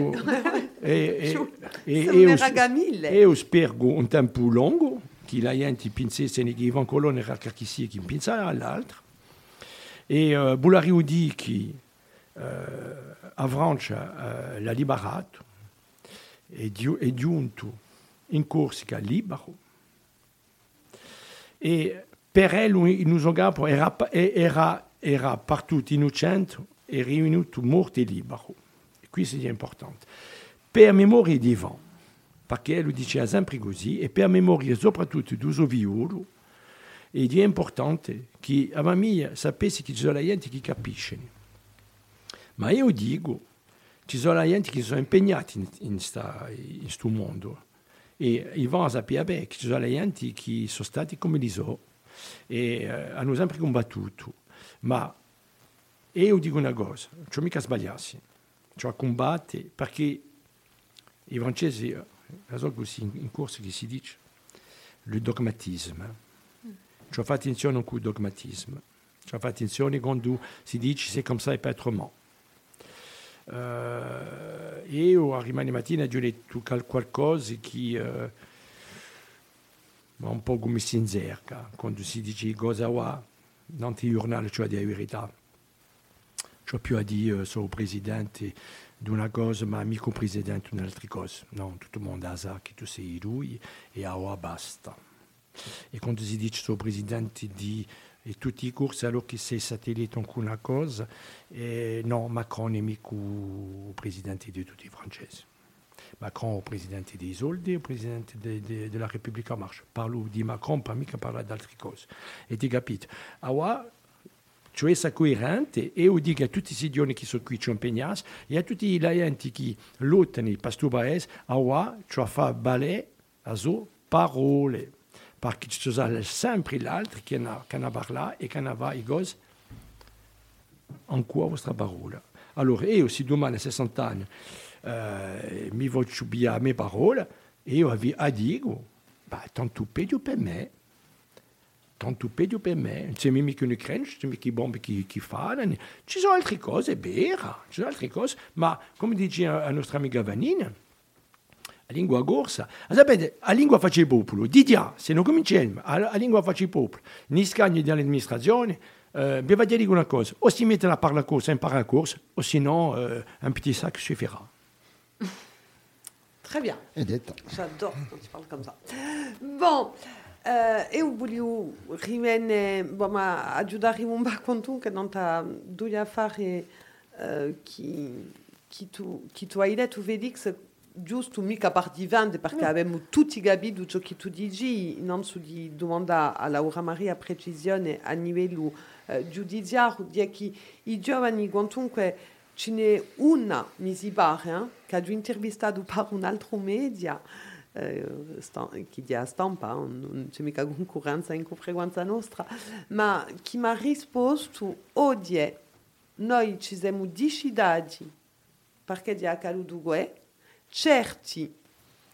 io spero un tempo lungo che la gente pensasse che Ivan Colonne era chi sia che pensava all'altro e Boulari Udi che a Francia l'ha liberato è giunto in Corsica libero e per lui in Usogapo era partito innocente e rivenuto morto e libero. E questo è importante. Per memoria di Ivan, perché lui diceva sempre così, e per memoria soprattutto del suo violo, ed è importante che la famiglia sapesse che ci sono gente che capisce. Ma io dico, ci sono gente che sono impegnati in questo mondo e Ivan sapeva bene che ci sono gente che sono stati come li so e hanno sempre combattuto. Ma io dico una cosa, non c'ho mica sbagliarsi, c'ho a combattere perché i francesi, so così in corso che si dice, il dogmatismo. C'ho fatto attenzione con il dogmatismo, c'ho fatto attenzione quando si dice c'est comme ça et pas autrement. Io rimane mattina ho letto qualcosa che un po' come si inzerca quando si dice cosa va non ti giornale cioè di verità c'ho più a dire sul presidente di una cosa ma mica il presidente di un'altra cosa no, tutto il mondo sa che tu sei lui e ora basta e quando si dice sul presidente di e tutti i corsi allora che sei satellite con una cosa no, Macron è mica il presidente di tutti i francesi Macron è il presidente dei soldi e il presidente della Repubblica en Marche parlo di Macron per mica parlare di altre cose e ti capite allora cioè è coerente e io dico a tutti i signori che sono qui impegnati e a tutti i gente che lottano per questo paese allora cioè fa balè a sue parole perché ci sono sempre l'altro che ne parla e che ne va i cose ancora vostra parola. Allora io se domani a 60 anni mi voglio subire le mie parole e io dico tanto peggio per me non c'è mica una crench, c'è mica i bombe che fanno ci sono altre cose vere ci sono altre cose ma come dice la nostra amica Vanina la lingua gorsa. Sapete, la lingua faccia il popolo. Ditia, se non cominciamo, la lingua faccia il popolo. Nei scagni dell'amministrazione, vi va dire una cosa, o si mette a parlare la corsa, impara la corsa, o sinon, un petit sac suffira. Très bien. È detto. J'adore quand tu parles comme ça. Bon, io voglio aiutare un po' quanto che non ha due affari che tu hai detto, vedi che giusto mica partivante perché abbiamo tutti capito ciò che tu dici non su di domanda a Laura Maria precisione a livello giudiziario di che i giovani quantunque ce n'è una mi si pare che ha intervistato per un altro media che dia stampa non c'è mica concorrenza in frequenza nostra ma che mi ha risposto oggi noi ci siamo decidati perché di accaduto certi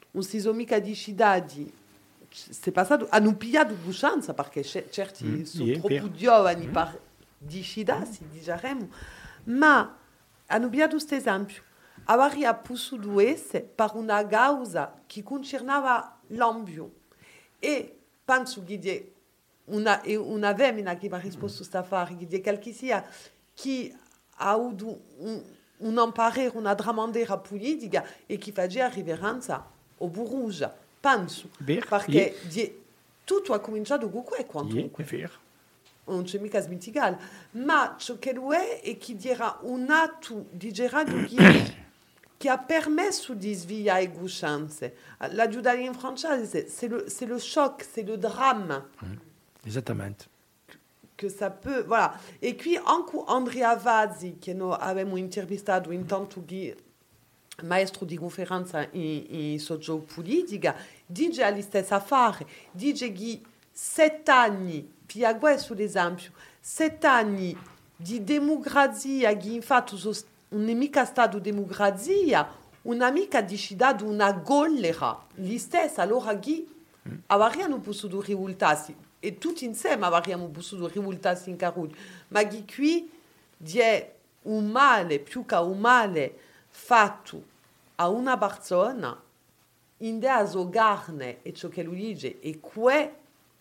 non si sono mica decidati se passato hanno pigliato coscienza perché certi sono troppo giovani per decidersi, diciamo, ma hanno pigliato questo esempio. Aveva potuto essere per una causa che concernava l'ambito. E penso che una femmina che mi ha risposto a questa affare, che è qualche sia che ha avuto un imparare, una tramandiera politica e che faceva riverenza o Bourrouge. Penso, perché tutto ha cominciato con questo. È vero. Non c'è mica smitigare. Ma ciò che lui è che era un atto di Gerardo che ha permesso di svegliare le coscienze. La giudaica in francese, c'est le choc, c'est le drame. Esattamente. Que ça peut, voilà. Et puis, anche Andrea Vazzi, che noi abbiamo intervistato intanto che maestro di conferenza in sociopolitica, dice la stessa affare, dice che 7 anni, più sull'esempio, 7 anni di democrazia che infatti non è mica stato democrazia, una mica decidato una collera, gli stessi allora che avremmo potuto rivoltarsi, e tutti insieme avremmo potuto rivoltarsi in Caruglio, ma che qui è un male, più che un male fatto a una persona, in dea sogarne e ciò che lui dice, e que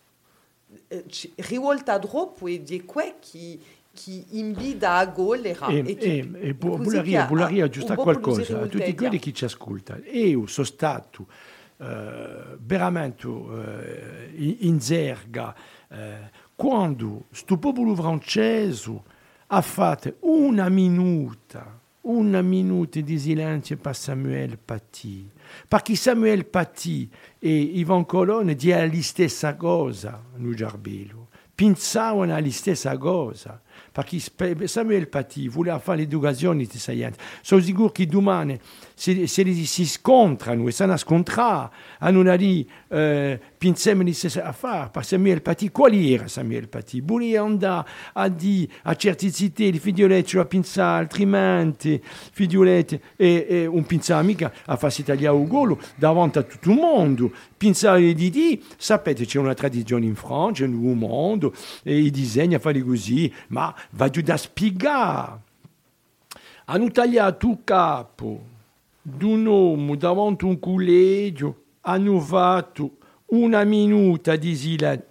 rivolta troppo e di que che invita a golera. E Bullaria aggiusta qualcosa a tutti quelli che ci ascoltano. Io sono stato veramente in zerga quando sto popolo francese ha fatto una minuta di silenzio per Samuel Paty, perché Samuel Paty e Ivan Colonna dicono la stessa cosa, noi Giarbello, pensavano la stessa cosa, perché Samuel Paty voleva fare l'educazione di Saint. Sono sicuro che domani se si scontrano e sanno scontrare, hanno lì pensiamo di stessa affare, per Samuel Paty, quali era Samuel Paty? Voleva andare a dire a certe città, i figlioletti a pensare altrimenti, figlioletti, e un pensare mica a farsi tagliare un golo davanti a tutto il mondo, pensare di dire, sapete c'è una tradizione in Francia, nel mondo, e i disegni a fare così, ma va giù da spiegare. Hanno tagliato il capo di un uomo davanti a un collegio, hanno fatto una minuta di silenzio,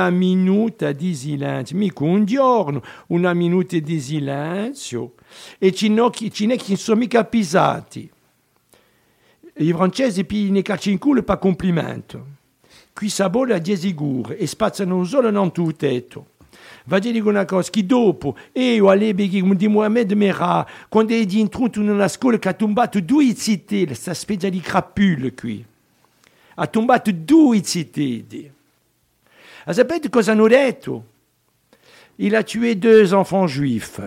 mica un giorno, una minuta di silenzio, e ci ne sono mica pisati. I francesi ne cacciano in culo per complimento. Qui sabola a 10 sicuro e spazzano solo non tutto tetto. Va a dire una cosa, che dopo, io all'epoca di Mohamed Merah, quando è entrato in una scuola che ha tombato 2 città, questa specie di crapule qui, ha tombato 2 città. E sapete cosa hanno detto? Il a tué 2 enfants juifs.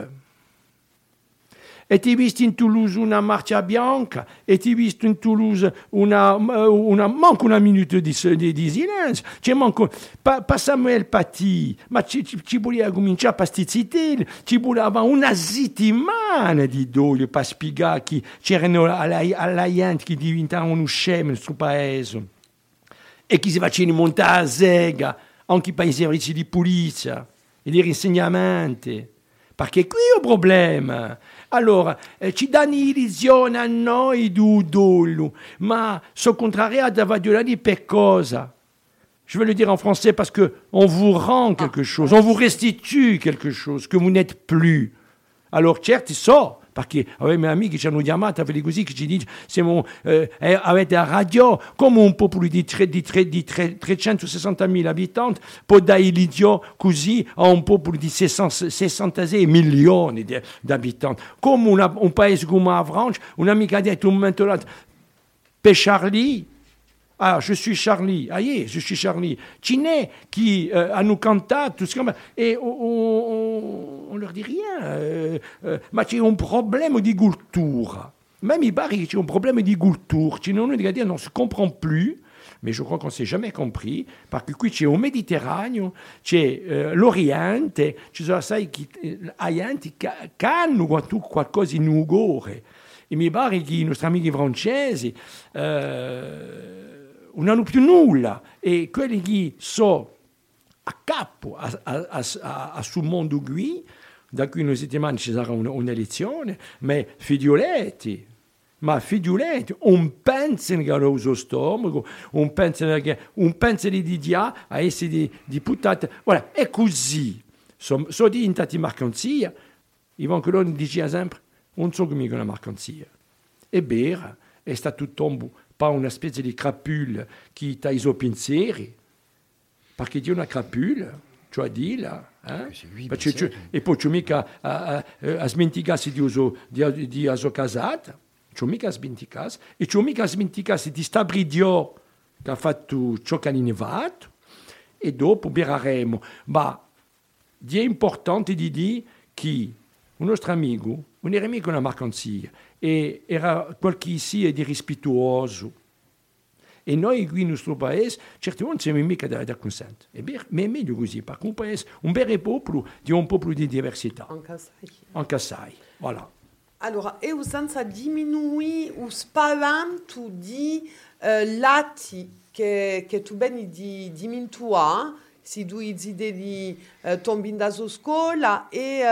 E ti visto in Toulouse una marcia bianca, e ti visto in Toulouse manca una minuta di silenzio, c'è manco per Samuel Paty, ma ci voleva cominciare per stizzitare, ci voleva una settimana di doglio per spiegare che c'erano alla gente che diventavano scemi nel suo paese e che si facevano montare a zega anche per i servizi di polizia e di insegnamenti. Perché qui è un problema. Allora, ci danno l'illusione a noi du dolo, ma sono contrariati a violare per cosa? Je vais le dire en français parce qu'on vous rend quelque chose, on vous restitue quelque chose que vous n'êtes plus. Alors, certi so, perché avevo miei amici che ci hanno chiamato, quelli così che ci dicono, siamo, avete la radio, come un popolo di 360.000 abitanti può dare l'idea così a un popolo di 66 milioni di abitanti. Come un paese come la Francia, un amico ha detto un momento l'altro, per Charlie, ah, je suis Charlie, je suis Charlie. Ce n'est qui hanno cantato, et on leur dit rien. Ma c'è un problème di culture. Même il paraît que c'è un problème di culture. On ne se comprend plus, mais je crois qu'on ne s'est jamais compris, parce que qui c'è un Mediterraneo, c'è l'Oriente, ci sono assai gente che hanno qualcosa in ugore. e mi pare che i nostri amici francesi non hanno più nulla, e quelli che sono a capo sul mondo qui, da qui una settimana ci sarà un'elezione, ma figlioletti, non pensano che hanno lo stomaco, non pensano di DDA a essere deputati. Voilà, è così. Sono diventati mercanzia. Ivan Colonna diceva sempre, non so come una mercanzia. È vero, è stato tutto per una specie di crapule che ha i suoi pensieri, perché di una crapule, cioè di là, e poi c'è mica a smenticarsi di sua casata, c'è mica a smenticarsi, e c'è mica a smenticarsi di Stabridio che ha fatto ciò che ha innovato, e dopo birraremo. Ma è importante di dire che un nostro amico non era mica una mercanzia, e era qualche di rispettoso. E noi qui nel nostro paese, certi non siamo mica da consent. Ma è meglio così, perché un paese, un vero popolo, di un popolo di diversità. Anche assai. Voilà. Allora, e senza diminuire lo spavento di lati che tu bene di dimintua, si tu di tombi da scuola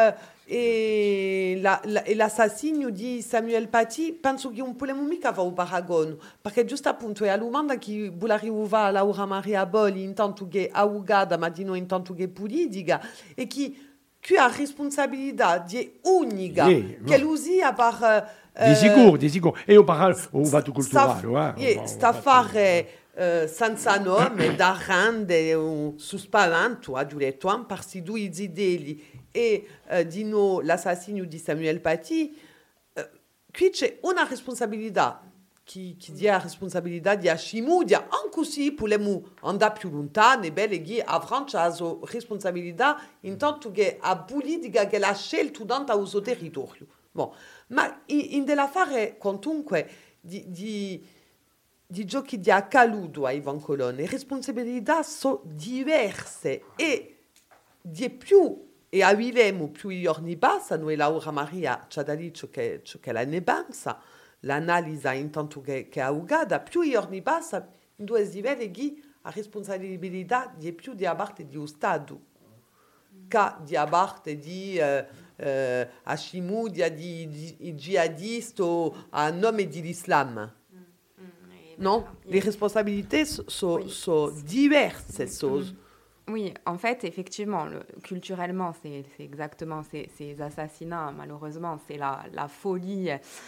e l'assassinio di Samuel Paty, penso che un po' mica fa un paragone, perché giusto appunto è a domanda che vuole arrivare a Laura Maria Bolli intanto che è ahugada, ma di noi intanto che è politica, e che ha responsabilità di unica, che l'usia per... Di sicuro. E io parlo un fatto culturale. Sta a fare senza nome, da rende su spavento, ha detto, per si due idee e di no l'assassinio di Samuel Paty, qui c'è una responsabilità che dia responsabilità di Ascimudia, anche se possiamo andare più lontano, e bene che a Francia ha responsabilità intanto che a politica che l'ha scelto dentro il suo territorio. Bon. Ma in dell'affare, quantunque, di giochi di accaduto a Ivan Colonna, le responsabilità sono diverse e di più. E arriviamo più giorni passa, noi Laura Maria ci ha detto che la ne pensa, l'analisi intanto che è ahugata, più giorni passa, in due livelli che la responsabilità di più di parte di Stato, che di parte di Ascimudia, di jihadiste a nome dell'Islam. Non? Le responsabilités sont diverses. Oui, en fait, effectivement, culturellement, c'est exactement ces assassinats. Malheureusement, c'est la folie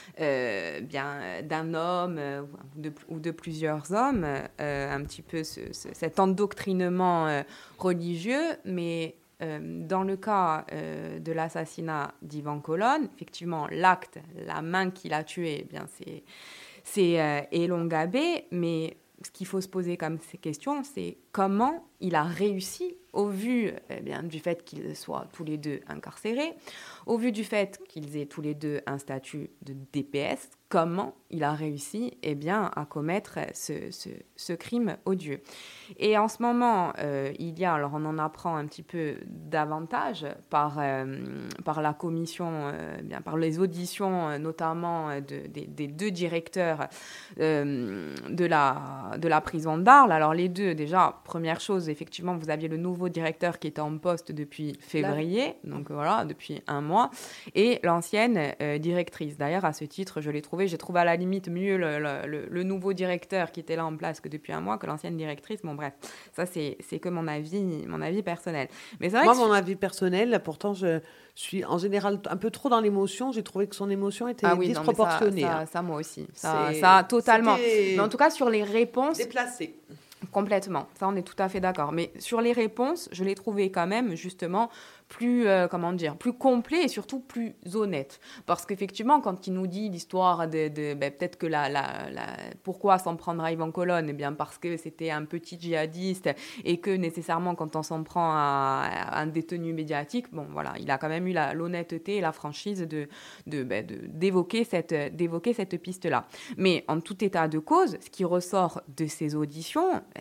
d'un homme ou de plusieurs hommes, un petit peu cet endoctrinement religieux. Mais dans le cas de l'assassinat d'Ivan Colonna, effectivement, l'acte, la main qui l'a tué, eh bien, c'est Elongabé, mais ce qu'il faut se poser comme question, c'est comment il a réussi, au vu du fait qu'ils soient tous les deux incarcérés, au vu du fait qu'ils aient tous les deux un statut de DPS, comment il a réussi à commettre ce crime odieux. Et en ce moment, alors on en apprend un petit peu davantage par la commission, par les auditions notamment des deux directeurs de la prison d'Arles. Alors les deux, déjà, première chose, effectivement, vous aviez le nouveau directeur qui était en poste depuis février, donc voilà, depuis un mois, et l'ancienne directrice. D'ailleurs, à ce titre, j'ai trouvé à la limite mieux le nouveau directeur qui était là en place que depuis un mois que l'ancienne directrice. Bon, bref, ça, c'est que mon avis personnel. Mais c'est vrai moi, mon avis personnel, pourtant, je suis en général un peu trop dans l'émotion. J'ai trouvé que son émotion était disproportionnée. Non, ça, moi aussi. Ça, totalement. Mais en tout cas, sur les réponses... Déplacé. Complètement, ça on est tout à fait d'accord. Mais sur les réponses, je l'ai trouvé quand même justement plus, plus complet et surtout plus honnête. Parce qu'effectivement, quand il nous dit l'histoire peut-être que pourquoi s'en prendre à Ivan Colonna, eh bien parce que c'était un petit djihadiste et que nécessairement quand on s'en prend à un détenu médiatique, bon voilà, il a quand même eu l'honnêteté et la franchise d'évoquer cette piste-là. Mais en tout état de cause, ce qui ressort de ces auditions,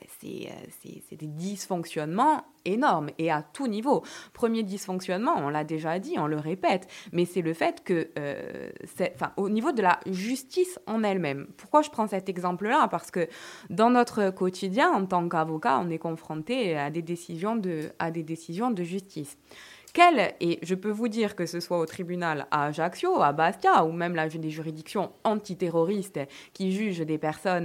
c'est des dysfonctionnements énormes et à tout niveau. Premier dysfonctionnement, on l'a déjà dit, on le répète, mais c'est le fait que, au niveau de la justice en elle-même. Pourquoi je prends cet exemple-là ? Parce que dans notre quotidien, en tant qu'avocat, on est confronté à des décisions de justice. Et je peux vous dire que ce soit au tribunal à Ajaccio, à Bastia, ou même des juridictions antiterroristes qui jugent des personnes,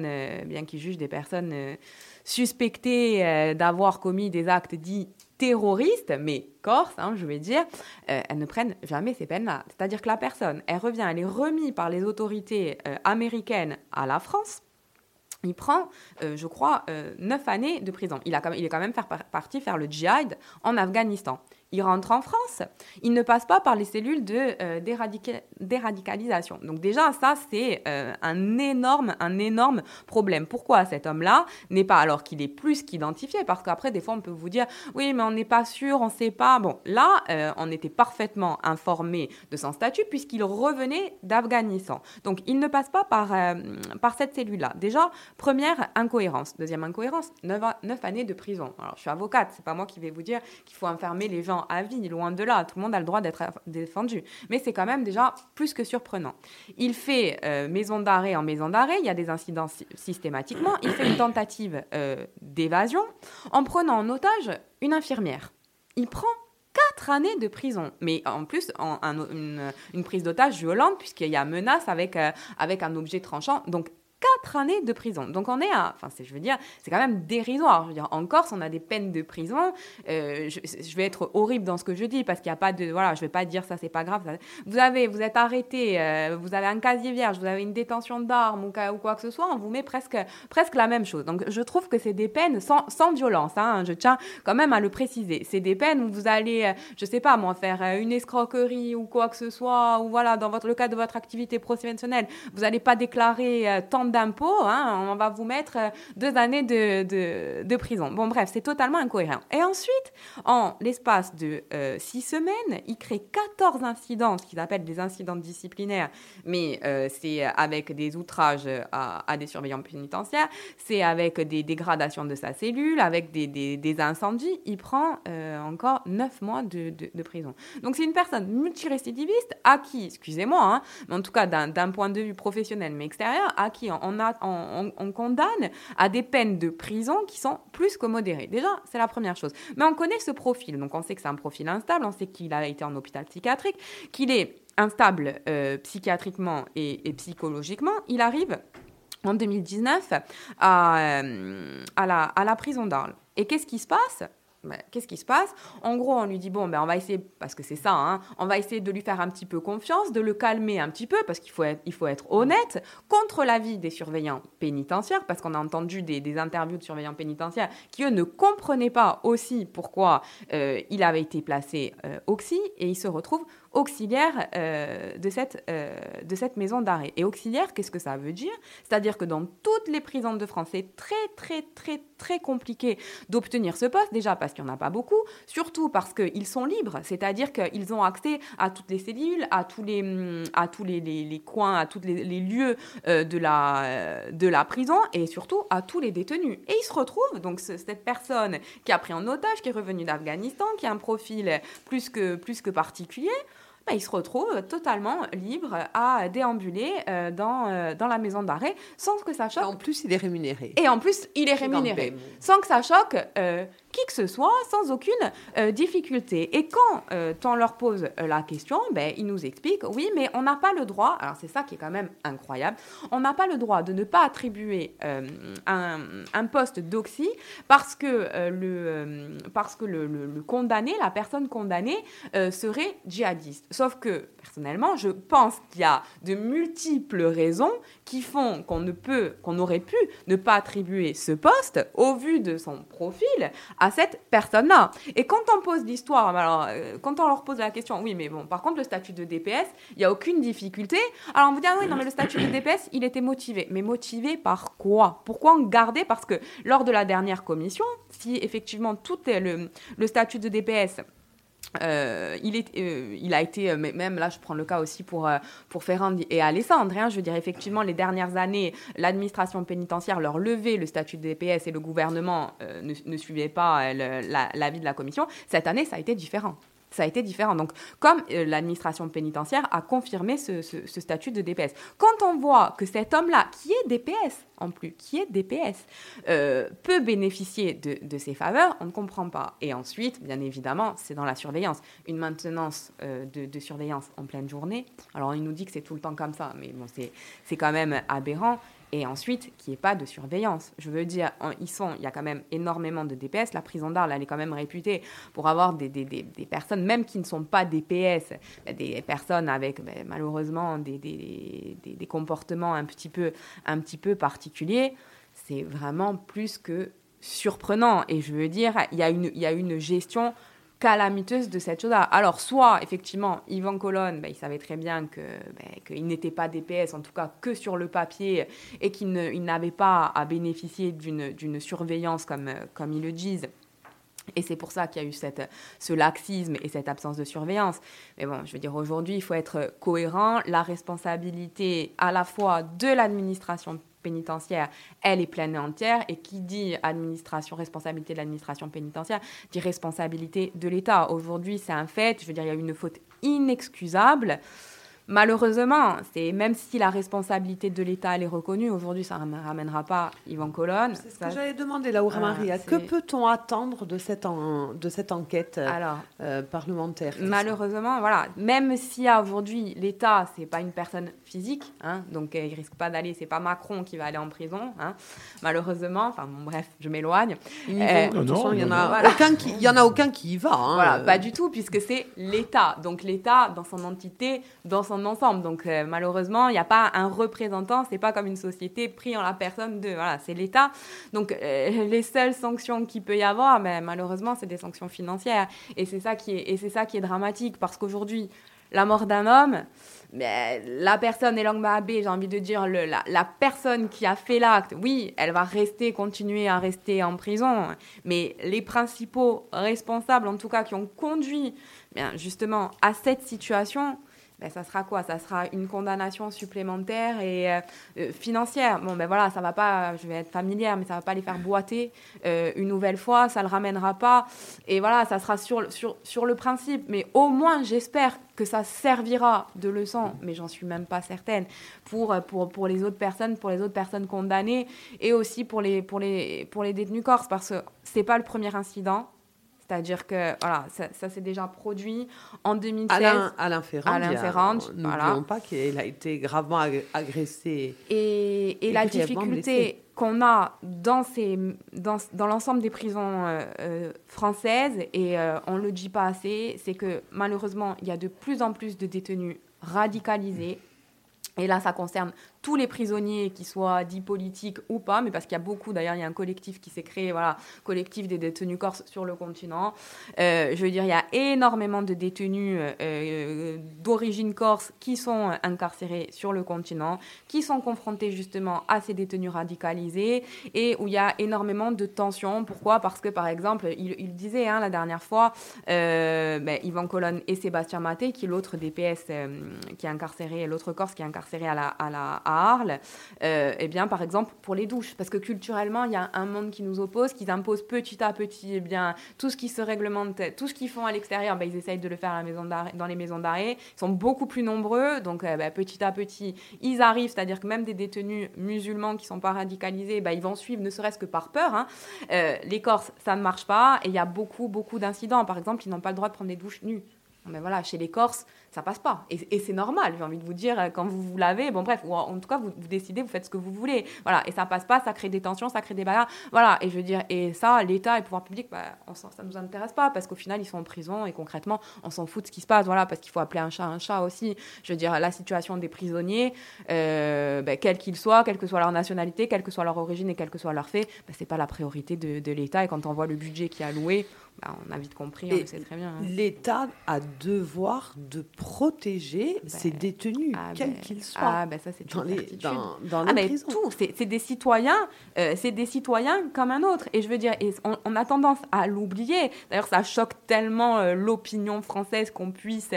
suspectées d'avoir commis des actes dits terroristes, mais corses, je vais dire, elles ne prennent jamais ces peines-là. C'est-à-dire que la personne, elle est remise par les autorités américaines à la France. Il prend, je crois, 9 années de prison. Il est quand même parti faire le djihad en Afghanistan. Il rentre en France, il ne passe pas par les cellules de déradicalisation. Donc déjà, ça, c'est un énorme problème. Pourquoi cet homme-là n'est pas, alors qu'il est plus qu'identifié, parce qu'après, des fois, on peut vous dire, oui, mais on n'est pas sûr, on ne sait pas. Bon, là, on était parfaitement informé de son statut, puisqu'il revenait d'Afghanistan. Donc, il ne passe pas par cette cellule-là. Déjà, première incohérence. Deuxième incohérence, 9 années de prison. Alors, je suis avocate, c'est pas moi qui vais vous dire qu'il faut enfermer les gens à vie, loin de là, tout le monde a le droit d'être défendu. Mais c'est quand même déjà plus que surprenant. Il fait maison d'arrêt en maison d'arrêt, il y a des incidents systématiquement, il fait une tentative d'évasion en prenant en otage une infirmière. Il prend 4 années de prison, mais en plus une prise d'otage violente puisqu'il y a menace avec un objet tranchant, donc 4 années de prison. Donc on est c'est quand même dérisoire. Je veux dire, en Corse, on a des peines de prison. Je vais être horrible dans ce que je dis parce qu'il n'y a pas de... Voilà, je ne vais pas dire ça, c'est pas grave. Vous êtes arrêté, vous avez un casier vierge, vous avez une détention d'armes ou quoi que ce soit, on vous met presque la même chose. Donc je trouve que c'est des peines sans violence. Je tiens quand même à le préciser. C'est des peines où vous allez, je ne sais pas moi, faire une escroquerie ou quoi que ce soit, ou voilà, dans le cadre de votre activité professionnelle, vous n'allez pas déclarer tant d'impôts, on va vous mettre 2 années de prison. Bon, bref, c'est totalement incohérent. Et ensuite, en l'espace de 6 semaines, il crée 14 incidents, ce qu'ils appellent des incidents disciplinaires, mais c'est avec des outrages à des surveillants pénitentiaires, c'est avec des dégradations de sa cellule, avec des incendies. Il prend encore 9 mois de prison. Donc, c'est une personne multirécidiviste à qui, excusez-moi, mais en tout cas d'un point de vue professionnel mais extérieur, à qui on condamne à des peines de prison qui sont plus que modérées. Déjà, c'est la première chose. Mais on connaît ce profil, donc on sait que c'est un profil instable, on sait qu'il a été en hôpital psychiatrique, qu'il est instable psychiatriquement et psychologiquement. Il arrive en 2019 à la prison d'Arles. Et qu'est-ce qui se passe ? En gros, on lui dit, on va essayer, parce que c'est ça, on va essayer de lui faire un petit peu confiance, de le calmer un petit peu, parce qu'il faut être honnête, contre l'avis des surveillants pénitentiaires, parce qu'on a entendu des interviews de surveillants pénitentiaires qui, eux, ne comprenaient pas aussi pourquoi il avait été placé auxi, et il se retrouve auxiliaire de cette maison d'arrêt. Et auxiliaire, qu'est-ce que ça veut dire ? C'est-à-dire que dans toutes les prisons de France, c'est très, très, très, très compliqué d'obtenir ce poste, déjà parce qu'il n'y en a pas beaucoup, surtout parce qu'ils sont libres, c'est-à-dire qu'ils ont accès à toutes les cellules, à tous les coins, à tous les lieux de la prison, et surtout à tous les détenus. Et ils se retrouvent, donc cette personne qui a pris en otage, qui est revenue d'Afghanistan, qui a un profil plus que particulier, il se retrouve totalement libre à déambuler dans la maison d'arrêt sans que ça choque. En plus, il est rémunéré. Et en plus, il est rémunéré. Sans que ça choque qui que ce soit, sans aucune difficulté. Et quand on leur pose la question, ils nous expliquent, oui, mais on n'a pas le droit, alors c'est ça qui est quand même incroyable, on n'a pas le droit de ne pas attribuer un poste d'auxi parce que le condamné, la personne condamnée, serait djihadiste. Sauf que, personnellement, je pense qu'il y a de multiples raisons qui font qu'on aurait pu ne pas attribuer ce poste, au vu de son profil, à cette personne-là. Et quand on pose l'histoire, alors, quand on leur pose la question, oui, mais bon, par contre, le statut de DPS, il n'y a aucune difficulté. Alors, on vous dit, oui, non, mais le statut de DPS, il était motivé. Mais motivé par quoi ? Pourquoi en garder ? Parce que lors de la dernière commission, si effectivement tout est le statut de DPS il a été, même là je prends le cas aussi pour Ferrand et Alessandre, hein, je veux dire effectivement les dernières années l'administration pénitentiaire leur levait le statut de DPS et le gouvernement ne suivait pas l'avis de la commission. Cette année ça a été différent. Ça a été différent. Donc, comme l'administration pénitentiaire a confirmé ce statut de DPS. Quand on voit que cet homme-là, qui est DPS en plus, peut bénéficier de ces faveurs, on ne comprend pas. Et ensuite, bien évidemment, c'est dans la surveillance. Une maintenance de surveillance en pleine journée. Alors, il nous dit que c'est tout le temps comme ça, mais bon, c'est quand même aberrant. Et ensuite, qu'il n'y ait pas de surveillance. Je veux dire, il y a quand même énormément de DPS. La prison d'Arles, elle est quand même réputée pour avoir des personnes, même qui ne sont pas DPS, des personnes avec malheureusement des comportements un petit peu particuliers. C'est vraiment plus que surprenant. Et je veux dire, il y a une gestion calamiteuse de cette chose-là. Alors, soit, effectivement, Yvan Colonne, il savait très bien qu'il n'était pas DPS, en tout cas que sur le papier, et qu'il n'avait pas à bénéficier d'une surveillance comme ils le disent. Et c'est pour ça qu'il y a eu ce laxisme et cette absence de surveillance. Mais bon, je veux dire, aujourd'hui, il faut être cohérent. La responsabilité à la fois de l'administration pénitentiaire, elle est pleine et entière. Et qui dit responsabilité de l'administration pénitentiaire, dit responsabilité de l'État. Aujourd'hui, c'est un fait. Je veux dire, il y a eu une faute inexcusable. Malheureusement, même si la responsabilité de l'État elle est reconnue, aujourd'hui, ça ne ramènera pas Yvan Colonne. C'est ce que j'allais demander, Laura Maria. Que peut-on attendre de cette enquête parlementaire? Malheureusement, voilà. Même si aujourd'hui, l'État, ce n'est pas une personne physique, hein, donc il ne risque pas d'aller, ce n'est pas Macron qui va aller en prison, hein, malheureusement. Enfin, bon, bref, je m'éloigne. Il n'y en a aucun qui y va. Hein, voilà, pas du tout, puisque c'est l'État. Donc l'État, dans son entité, dans son ensemble. Donc malheureusement, il n'y a pas un représentant, c'est pas comme une société pris en la personne de... Voilà, c'est l'État. Donc les seules sanctions qu'il peut y avoir, malheureusement, c'est des sanctions financières. Et c'est ça qui est dramatique, parce qu'aujourd'hui, la mort d'un homme, la personne Elang Mahabé, j'ai envie de dire, la personne qui a fait l'acte, oui, elle va continuer à rester en prison, mais les principaux responsables, en tout cas, qui ont conduit justement à cette situation... ça sera quoi? Ça sera une condamnation supplémentaire et financière. Bon, voilà, ça va pas, je vais être familière, mais ça va pas les faire boiter une nouvelle fois, ça le ramènera pas. Et voilà, ça sera sur le principe. Mais au moins, j'espère que ça servira de leçon, mais j'en suis même pas certaine, pour les autres personnes condamnées et aussi pour les détenus corses, parce que c'est pas le premier incident. C'est-à-dire que voilà, ça s'est déjà produit en 2016. Alain Ferrand, n'oublions pas qu'il a été gravement agressé. Et la difficulté qu'on a dans l'ensemble des prisons françaises, et on ne le dit pas assez, c'est que malheureusement, il y a de plus en plus de détenus radicalisés. Et là, ça concerne tous les prisonniers, qui soient dits politiques ou pas, mais parce qu'il y a beaucoup, d'ailleurs, il y a un collectif qui s'est créé, voilà, collectif des détenus corses sur le continent. Je veux dire, il y a énormément de détenus d'origine corse qui sont incarcérés sur le continent, qui sont confrontés justement à ces détenus radicalisés, et où il y a énormément de tensions. Pourquoi? Parce que, par exemple, il disait la dernière fois, Yvan Colonne et Sébastien Maté, qui est l'autre DPS qui est incarcéré, l'autre corse qui est incarcéré à Arles, par exemple, pour les douches. Parce que culturellement, il y a un monde qui nous oppose, qui impose petit à petit tout ce qui se réglemente, tout ce qu'ils font à l'extérieur, ils essayent de le faire dans les maisons d'arrêt. Ils sont beaucoup plus nombreux, donc petit à petit, ils arrivent, c'est-à-dire que même des détenus musulmans qui ne sont pas radicalisés, ils vont suivre, ne serait-ce que par peur. Les Corses, ça ne marche pas, et il y a beaucoup, beaucoup d'incidents. Par exemple, ils n'ont pas le droit de prendre des douches nues. Mais voilà, chez les Corses, ça passe pas. Et c'est normal, j'ai envie de vous dire, quand vous vous lavez, bon bref, ou en tout cas, vous décidez, vous faites ce que vous voulez. Voilà, et ça passe pas, ça crée des tensions, ça crée des bagarres. Voilà, et je veux dire, et ça, l'État et le pouvoir public, ça nous intéresse pas, parce qu'au final, ils sont en prison, et concrètement, on s'en fout de ce qui se passe, voilà, parce qu'il faut appeler un chat aussi. Je veux dire, la situation des prisonniers, quels qu'ils soient, quelle que soit leur nationalité, quelle que soit leur origine et quelle que soit leur fait, c'est pas la priorité de l'État. Et quand on voit le budget qui est alloué, on a vite compris, on le sait très bien. L'État a devoir de protéger ses détenus, quels qu'ils soient. Ça, c'est dans les prisons. Tout, c'est des citoyens comme un autre. Et je veux dire, on a tendance à l'oublier. D'ailleurs, ça choque tellement l'opinion française qu'on puisse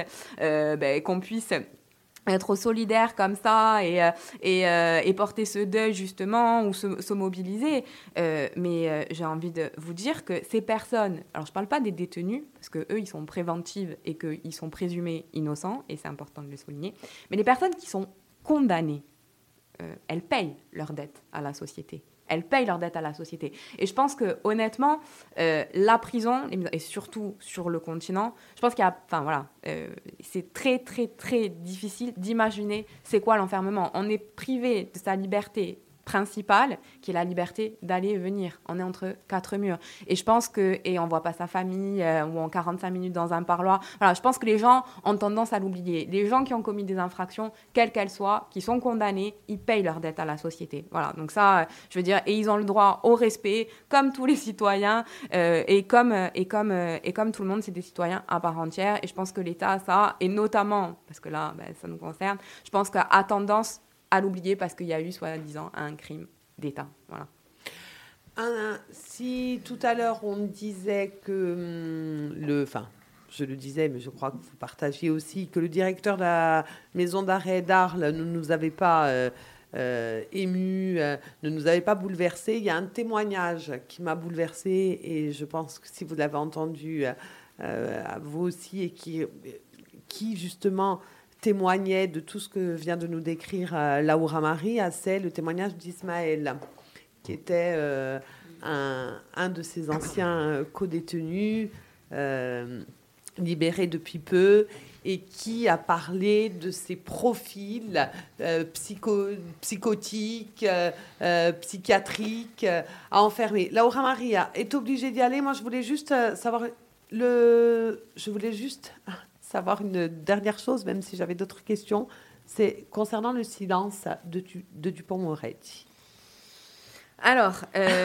être solidaire comme ça et porter ce deuil justement ou se mobiliser. Mais j'ai envie de vous dire que ces personnes, alors je ne parle pas des détenus, parce qu'eux, ils sont préventifs et qu'ils sont présumés innocents, et c'est important de le souligner, mais les personnes qui sont condamnées, elles payent leur dette à la société. Elles payent leur dette à la société. Et je pense que, honnêtement, la prison, et surtout sur le continent, je pense qu'il y a... c'est très, très, très difficile d'imaginer c'est quoi l'enfermement. On est privé de sa liberté principale, qui est la liberté d'aller et venir. On est entre quatre murs. Et je pense que... Et on ne voit pas sa famille, ou en 45 minutes dans un parloir. Voilà, je pense que les gens ont tendance à l'oublier. Les gens qui ont commis des infractions, quelles qu'elles soient, qui sont condamnés, ils payent leur dette à la société. Voilà, donc ça, je veux dire, et ils ont le droit au respect, comme tous les citoyens, et comme tout le monde, c'est des citoyens à part entière. Et je pense que l'État a ça, et notamment, parce que là, ça nous concerne, je pense qu'il a tendance à l'oublier parce qu'il y a eu, soi-disant, un crime d'État. Voilà. Si tout à l'heure, on disait que je le disais, mais je crois que vous partagiez aussi, que le directeur de la maison d'arrêt d'Arles ne nous avait pas ému, ne nous avait pas bouleversé. Il y a un témoignage qui m'a bouleversée et je pense que si vous l'avez entendu, vous aussi, et qui justement témoignait de tout ce que vient de nous décrire Laura Marie, c'est le témoignage d'Ismaël, qui était un de ces anciens co-détenus, libéré depuis peu, et qui a parlé de ses profils psychotiques, psychiatriques, à enfermer. Laura Marie est obligée d'y aller. Moi, je voulais juste savoir une dernière chose, même si j'avais d'autres questions, c'est concernant le silence de Dupond-Moretti. Alors,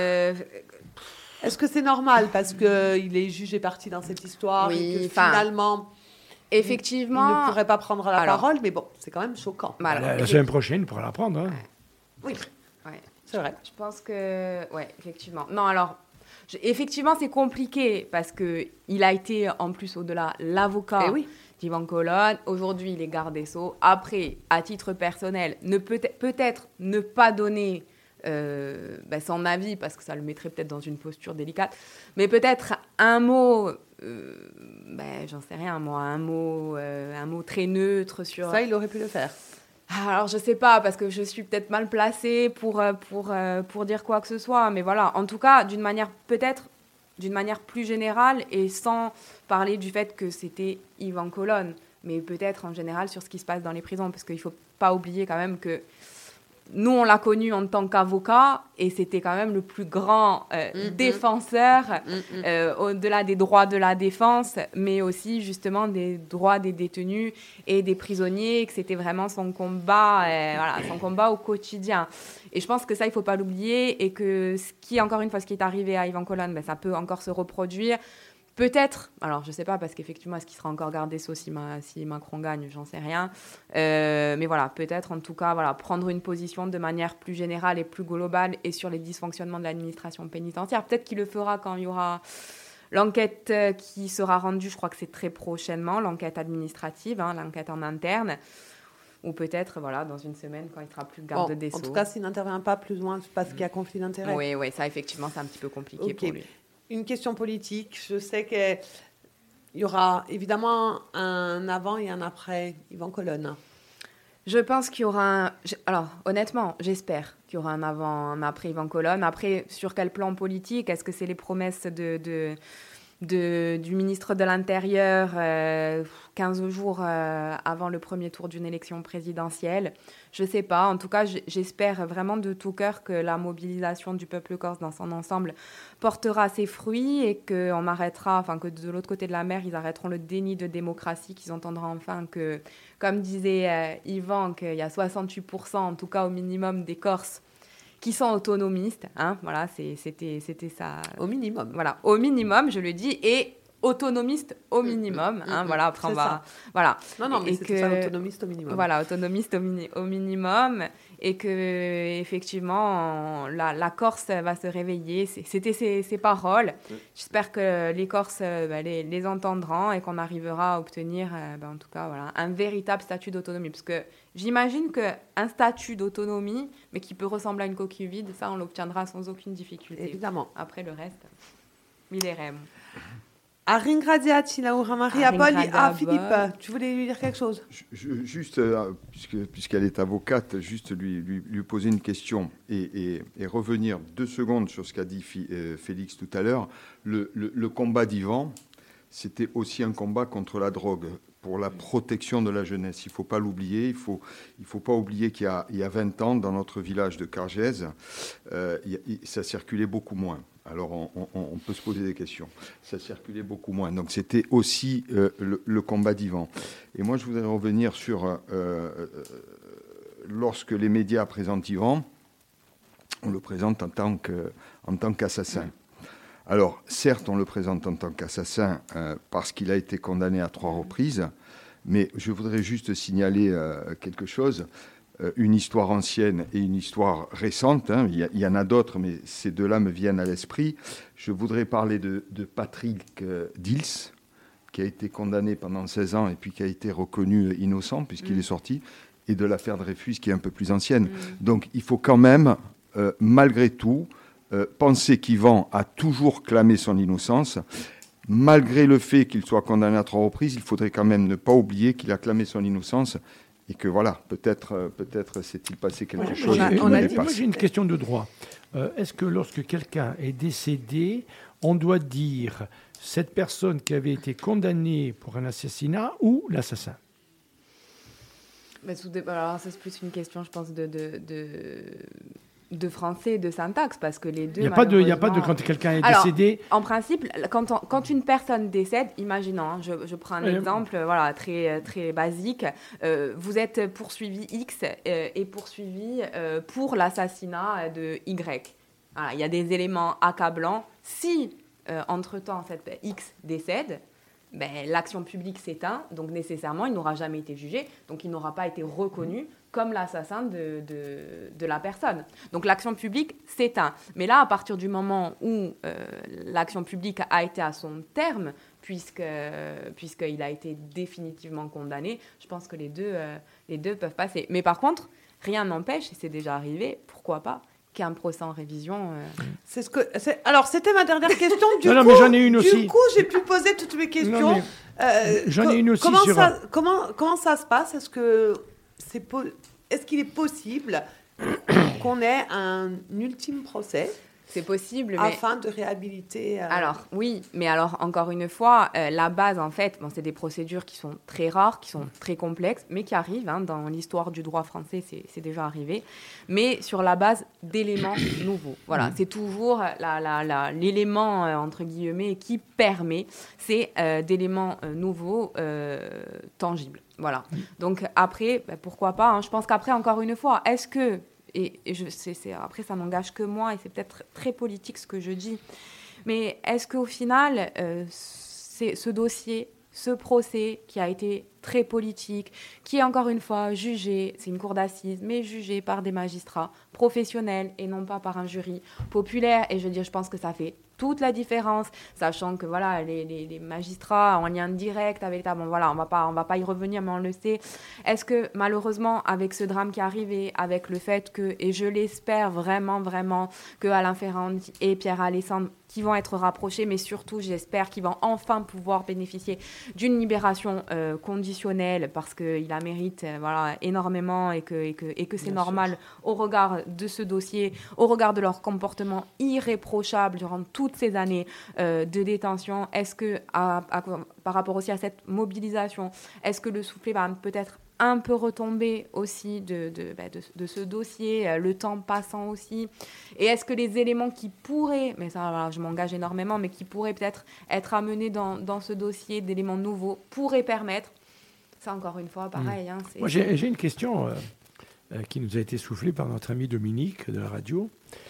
est-ce que c'est normal parce qu'il est jugé parti dans cette histoire et que finalement, effectivement, il ne pourrait pas prendre la parole, mais bon, c'est quand même choquant. La semaine prochaine, il pourra la prendre. Hein. Oui, ouais. C'est vrai. Je pense que, effectivement. Non, alors... Effectivement, c'est compliqué parce qu'il a été, en plus, au-delà, l'avocat d'Yvan Colonne. Aujourd'hui, il est garde des Sceaux. Après, à titre personnel, peut-être ne pas donner son avis parce que ça le mettrait peut-être dans une posture délicate. Mais peut-être un mot, j'en sais rien, moi, un mot très neutre sur... Ça, il aurait pu le faire. Alors, je sais pas, parce que je suis peut-être mal placée pour dire quoi que ce soit. Mais voilà, en tout cas, d'une manière plus générale et sans parler du fait que c'était Yvan Colonne, mais peut-être en général sur ce qui se passe dans les prisons. Parce qu'il ne faut pas oublier quand même que nous, on l'a connu en tant qu'avocat et c'était quand même le plus grand défenseur, au-delà des droits de la défense, mais aussi justement des droits des détenus et des prisonniers, que c'était vraiment son combat, son combat au quotidien. Et je pense que ça, il ne faut pas l'oublier et que ce qui est arrivé à Yvan Colonne, ça peut encore se reproduire. Peut-être, alors je ne sais pas, parce qu'effectivement, est-ce qu'il sera encore garde des Sceaux si Macron gagne, j'en sais rien. Mais voilà, peut-être en tout cas, prendre une position de manière plus générale et plus globale et sur les dysfonctionnements de l'administration pénitentiaire. Peut-être qu'il le fera quand il y aura l'enquête qui sera rendue, je crois que c'est très prochainement, l'enquête administrative, l'enquête en interne. Ou peut-être, dans une semaine, quand il sera plus garde des Sceaux. En tout cas, s'il n'intervient pas plus loin, parce qu'il y a conflit d'intérêts. Oui, ça, effectivement, c'est un petit peu compliqué pour lui. Une question politique. Je sais qu'il y aura évidemment un avant et un après Yvan Colonne. Je pense qu'il y aura alors, honnêtement, j'espère qu'il y aura un avant, un après Yvan Colonne. Après, sur quel plan politique ? Est-ce que c'est les promesses du ministre de l'Intérieur 15 jours avant le premier tour d'une élection présidentielle ? Je ne sais pas. En tout cas, j'espère vraiment de tout cœur que la mobilisation du peuple corse dans son ensemble portera ses fruits et qu'on arrêtera, que de l'autre côté de la mer, ils arrêteront le déni de démocratie, qu'ils entendront enfin que, comme disait Yvan, qu'il y a 68%, en tout cas au minimum, des Corses qui sont autonomistes. Hein, voilà, c'était ça. Au minimum. Voilà, au minimum, je le dis, et autonomiste au minimum. Hein, voilà, après on va. Voilà. Non, mais c'était ça, autonomiste au minimum. Voilà, autonomiste au minimum. Et que effectivement la Corse va se réveiller. C'était ses paroles. J'espère que les Corses les entendront et qu'on arrivera à obtenir, en tout cas, voilà, un véritable statut d'autonomie. Parce que j'imagine qu'un statut d'autonomie, mais qui peut ressembler à une coquille vide, ça, on l'obtiendra sans aucune difficulté. Évidemment. Après le reste, milérem. A ringraziaci Laura Maria Poli. Philippe, tu voulais lui dire quelque chose? Juste, puisqu'elle est avocate, juste lui poser une question et revenir 2 secondes sur ce qu'a dit Félix tout à l'heure. Le combat d'Yvan, c'était aussi un combat contre la drogue, pour la protection de la jeunesse. Il ne faut pas l'oublier. Il faut pas oublier qu'il y a 20 ans, dans notre village de Cargèse, ça circulait beaucoup moins. Alors, on peut se poser des questions. Ça circulait beaucoup moins. Donc, c'était aussi le combat d'Yvan. Et moi, je voudrais revenir sur... lorsque les médias présentent Yvan, on le présente en tant qu'assassin. Alors, certes, on le présente en tant qu'assassin parce qu'il a été condamné à 3 reprises, mais je voudrais juste signaler quelque chose. Une histoire ancienne et une histoire récente. Hein. Il y en a d'autres, mais ces 2-là me viennent à l'esprit. Je voudrais parler de Patrick Dils, qui a été condamné pendant 16 ans et puis qui a été reconnu innocent puisqu'il est sorti, et de l'affaire Dreyfus, qui est un peu plus ancienne. Donc, il faut quand même, malgré tout, penser qu'Yvan a toujours clamé son innocence. Malgré le fait qu'il soit condamné à 3 reprises, il faudrait quand même ne pas oublier qu'il a clamé son innocence. Et que voilà, peut-être s'est-il passé quelque chose. Moi, j'ai une question de droit. Est-ce que lorsque quelqu'un est décédé, on doit dire cette personne qui avait été condamnée pour un assassinat ou l'assassin? Alors, ça, c'est plus une question, je pense, de français, de syntaxe, parce que les deux... Il n'y a pas de quand quelqu'un est décédé... En principe, quand une personne décède, imaginons, hein, je prends un exemple très, très basique, vous êtes poursuivi X et poursuivi pour l'assassinat de Y. Voilà, il y a des éléments accablants. Si, entre-temps, cette X décède, l'action publique s'éteint, donc nécessairement, il n'aura jamais été jugé, donc il n'aura pas été reconnu comme l'assassin de la personne. Donc l'action publique s'éteint. Mais là, à partir du moment où l'action publique a été à son terme, puisqu'il a été définitivement condamné, je pense que les deux peuvent passer. Mais par contre, rien n'empêche, et c'est déjà arrivé, pourquoi pas, qu'un procès en révision... Alors, c'était ma dernière question. Mais j'en ai une aussi. Du coup, j'ai pu poser toutes mes questions. J'en ai une aussi comment ça se passe? Est-ce qu'il est possible qu'on ait un ultime procès? C'est possible, afin de réhabiliter... Alors, oui, mais alors, encore une fois, la base, en fait, c'est des procédures qui sont très rares, qui sont très complexes, mais qui arrivent. Hein, dans l'histoire du droit français, c'est déjà arrivé. Mais sur la base d'éléments nouveaux. Voilà, c'est toujours l'élément, entre guillemets, qui permet, c'est d'éléments nouveaux, tangibles. Voilà. Donc, après, pourquoi pas, hein, je pense qu'après, encore une fois, est-ce que... après, ça n'engage que moi, et c'est peut-être très politique ce que je dis. Mais est-ce qu'au final, c'est ce dossier, ce procès qui a été très politique, qui est encore une fois jugé, c'est une cour d'assises, mais jugé par des magistrats professionnels et non pas par un jury populaire. Et je pense que ça fait toute la différence, sachant que voilà, les magistrats en lien direct avec l'État, on va pas y revenir, mais on le sait. Est-ce que malheureusement, avec ce drame qui est arrivé, avec le fait que, et je l'espère vraiment, vraiment, que Alain Ferrand et Pierre Alessandre qui vont être rapprochés, mais surtout j'espère qu'ils vont enfin pouvoir bénéficier d'une libération conditionnelle, parce qu'il la mérite énormément, et que c'est normal au regard de ce dossier, au regard de leur comportement irréprochable durant toutes ces années de détention. Est-ce que, par rapport aussi à cette mobilisation, est-ce que le soufflet va peut-être un peu retomber aussi de ce dossier, le temps passant aussi, et est-ce que les éléments qui pourraient, mais ça je m'engage énormément, mais qui pourraient peut-être être amenés dans ce dossier, d'éléments nouveaux, pourraient permettre, ça encore une fois pareil. Hein, Moi j'ai une question. qui nous a été soufflé par notre ami Dominique de la radio.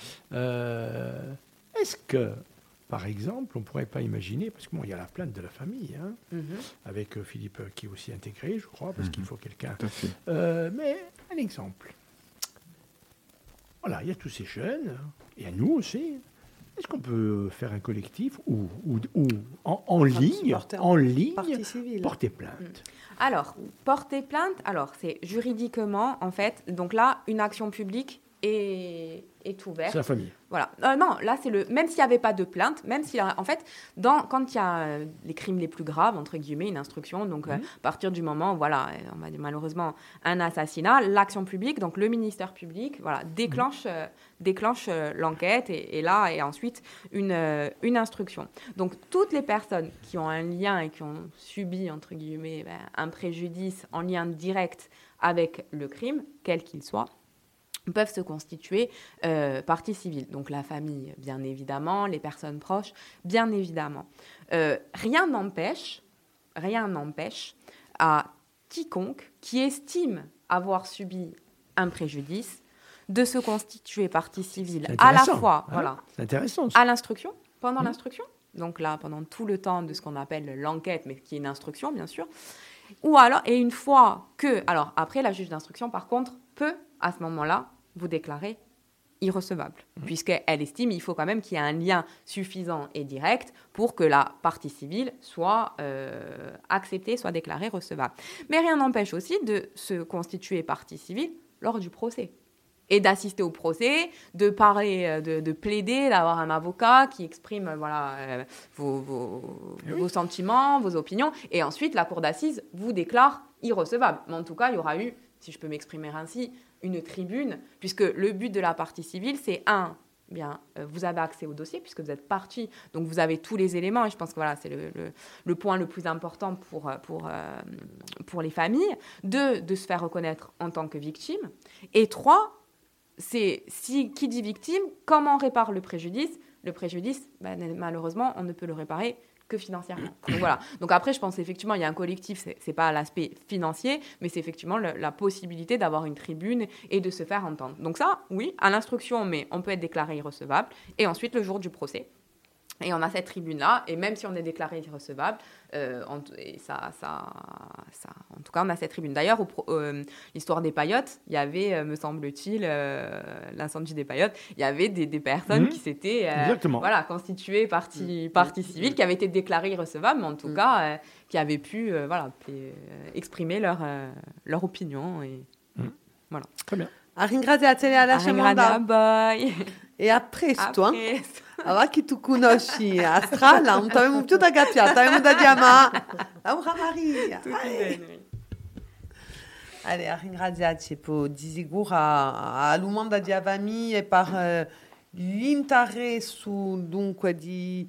Est-ce que, par exemple, on ne pourrait pas imaginer, parce que il y a la plainte de la famille, avec Philippe qui est aussi intégré, je crois, parce qu'il faut quelqu'un. Tout à fait. Mais un exemple. Voilà, il y a tous ces jeunes, et à nous aussi. Est-ce qu'on peut faire un collectif ou en ligne, Partie civile. porter plainte? Alors, porter plainte, c'est juridiquement, en fait, donc là, une action publique est ouverte. C'est la famille. Voilà. Non, là, même s'il n'y avait pas de plainte, même si, en fait, quand il y a les crimes les plus graves, entre guillemets, une instruction, donc à partir du moment où, voilà, on va dire malheureusement un assassinat, l'action publique, donc le ministère public, voilà, déclenche l'enquête et ensuite une instruction. Donc, toutes les personnes qui ont un lien et qui ont subi, entre guillemets, un préjudice en lien direct avec le crime, quel qu'il soit, peuvent se constituer partie civile. Donc la famille, bien évidemment, les personnes proches, bien évidemment. Rien n'empêche à quiconque qui estime avoir subi un préjudice de se constituer partie civile à la fois, c'est intéressant, à l'instruction, pendant l'instruction, donc là, pendant tout le temps de ce qu'on appelle l'enquête, mais qui est une instruction, bien sûr, ou alors, et une fois que, alors après, la juge d'instruction, par contre, peut, à ce moment-là, vous déclarer irrecevable, puisqu'elle estime qu'il faut quand même qu'il y ait un lien suffisant et direct pour que la partie civile soit acceptée, soit déclarée recevable. Mais rien n'empêche aussi de se constituer partie civile lors du procès et d'assister au procès, de parler, de plaider, d'avoir un avocat qui exprime vos sentiments, vos opinions, et ensuite la cour d'assises vous déclare irrecevable. Mais en tout cas, il y aura eu, si je peux m'exprimer ainsi, une tribune, puisque le but de la partie civile, c'est vous avez accès au dossier, puisque vous êtes partie, donc vous avez tous les éléments, et je pense que voilà, c'est le point le plus important pour les familles, de se faire reconnaître en tant que victime, et 3, c'est qui dit victime, comment on répare le préjudice. Le préjudice, malheureusement, on ne peut le réparer que financièrement. Donc voilà. Donc après, je pense effectivement, il y a un collectif, c'est pas l'aspect financier, mais c'est effectivement la possibilité d'avoir une tribune et de se faire entendre. Donc ça, oui, à l'instruction, mais on peut être déclaré irrecevable. Et ensuite, le jour du procès. Et on a cette tribune-là, et même si on est déclaré irrecevable, en tout cas, on a cette tribune. D'ailleurs, l'histoire des paillotes, il y avait, me semble-t-il, l'incendie des paillotes, il y avait des personnes qui s'étaient constituées partie civile, qui avaient été déclarées irrecevables, mais en tout cas, qui avaient pu exprimer leur opinion. Et, voilà. Très bien. Ringraziate alla Shamanda. Bye. E a presto. Allora che tu conosci a Strala, non t'avevamo più da gaffiata, avevamo da chiamare. Laura Maria. Allez, a ringraziarci per disigura a Lumanda di Avami e per l'interesse dunque di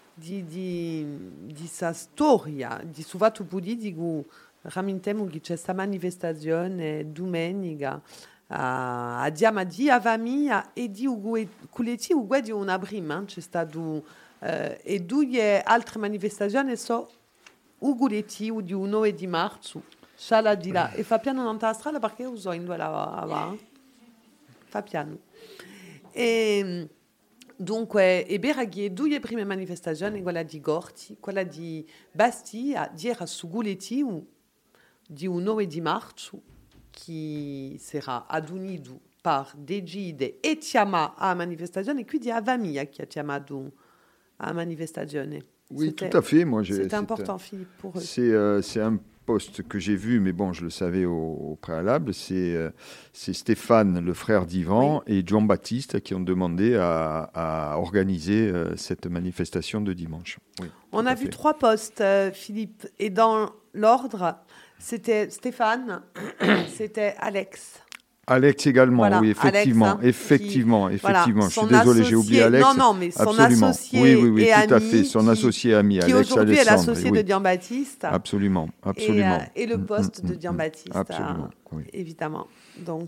sa storia, di suo fatto politico. Ramintemo che c'è sta manifestazione domenica a Diamadi, a Vamia e di Culeti ugue di una prima c'è stato e due altre manifestazioni so Uguleti o di 1 di marzo sala di là e fa piano non ta strada perché uso in due la fa piano e dunque e Beraghi due prime manifestazioni quella di Gorti quella di Bastia di era su Guleti di 1 di marzo qui sera adunido par Degide e chiama a manifestazione e quindi a Vamia che ha chiamato a manifestazione. Oui, tout à fait. C'était important, Philippe, pour eux. C'est un poste que j'ai vu, mais bon, je le savais au préalable. C'est Stéphane, le frère d'Yvan, et Jean-Baptiste qui ont demandé à organiser cette manifestation de dimanche. Oui, on a vu 3 postes, Philippe, et dans l'ordre, c'était Stéphane, c'était Alex. Alex également, voilà, oui, effectivement, Alex, effectivement. Voilà, je suis désolé, j'ai oublié Alex. Non, mais son absolument. Associé oui, et tout à ami, fait, son associé ami, qui Alex aujourd'hui Alessandre, est l'associé de Jean-Baptiste. Absolument. Et le poste de Jean-Baptiste, évidemment. Donc,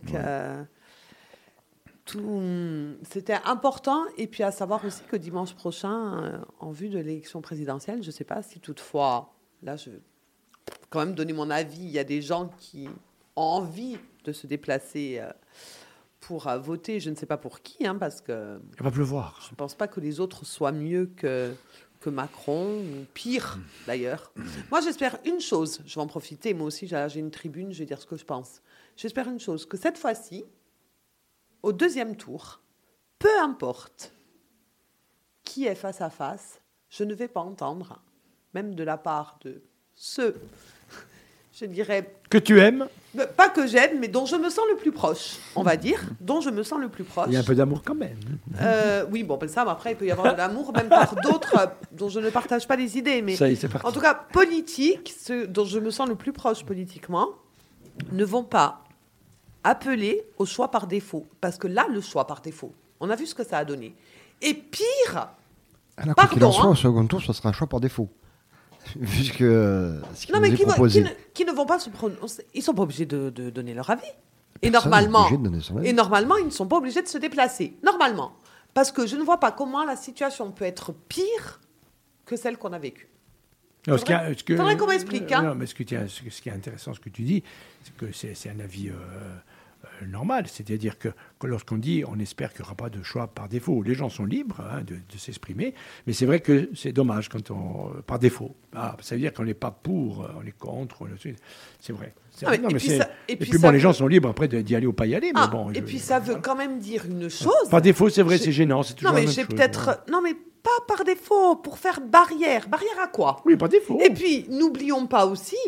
c'était important. Et puis à savoir aussi que dimanche prochain, en vue de l'élection présidentielle, je ne sais pas si toutefois, là, je vais quand même donner mon avis, il y a des gens qui envie de se déplacer pour voter, je ne sais pas pour qui, parce que Il va pleuvoir. je ne pense pas que les autres soient mieux que Macron, ou pire d'ailleurs. Moi, j'espère une chose, je vais en profiter, moi aussi j'ai une tribune, je vais dire ce que je pense. J'espère une chose, que cette fois-ci, au deuxième tour, peu importe qui est face à face, je ne vais pas entendre, même de la part de ceux, je dirais, Que tu aimes. pas que j'aime, mais dont je me sens le plus proche, on va dire, dont je me sens le plus proche. Il y a un peu d'amour quand même. Oui, bon, ben ça, mais après, il peut y avoir de l'amour, même par d'autres dont je ne partage pas les idées. Mais Ça y est, c'est parti. en tout cas, politique, ceux dont je me sens le plus proche politiquement, ne vont pas appeler au choix par défaut. Parce que là, le choix par défaut, on a vu ce que ça a donné. Et pire, Alors, quoi qu'il en soit, Pardon, au second tour, ce sera un choix par défaut. Vu ce qui non, nous mais est proposé. qui ne vont pas se prononcer. Ils ne sont pas obligés de donner leur avis. Et Personne n'est obligé de donner son avis. normalement, ils ne sont pas obligés de se déplacer. Normalement. Parce que je ne vois pas comment la situation peut être pire que celle qu'on a vécue. Non, Faudrait qu'on m'explique, hein. Non, mais ce qui est intéressant, ce que tu dis, c'est que c'est un avis normal. C'est-à-dire que lorsqu'on dit on espère qu'il n'y aura pas de choix par défaut, les gens sont libres de s'exprimer, mais c'est vrai que c'est dommage quand par défaut. Ça veut dire qu'on n'est pas pour, on est contre, c'est vrai. Et puis bon, les gens sont libres après d'y aller ou pas y aller. Mais bon, et puis ça veut quand même dire une chose. Par défaut, c'est vrai, c'est gênant. C'est toujours Non, mais la même j'ai chose, peut-être. ouais. Non, mais pas par défaut, pour faire barrière. Barrière à quoi? Oui, par défaut. Et puis, n'oublions pas aussi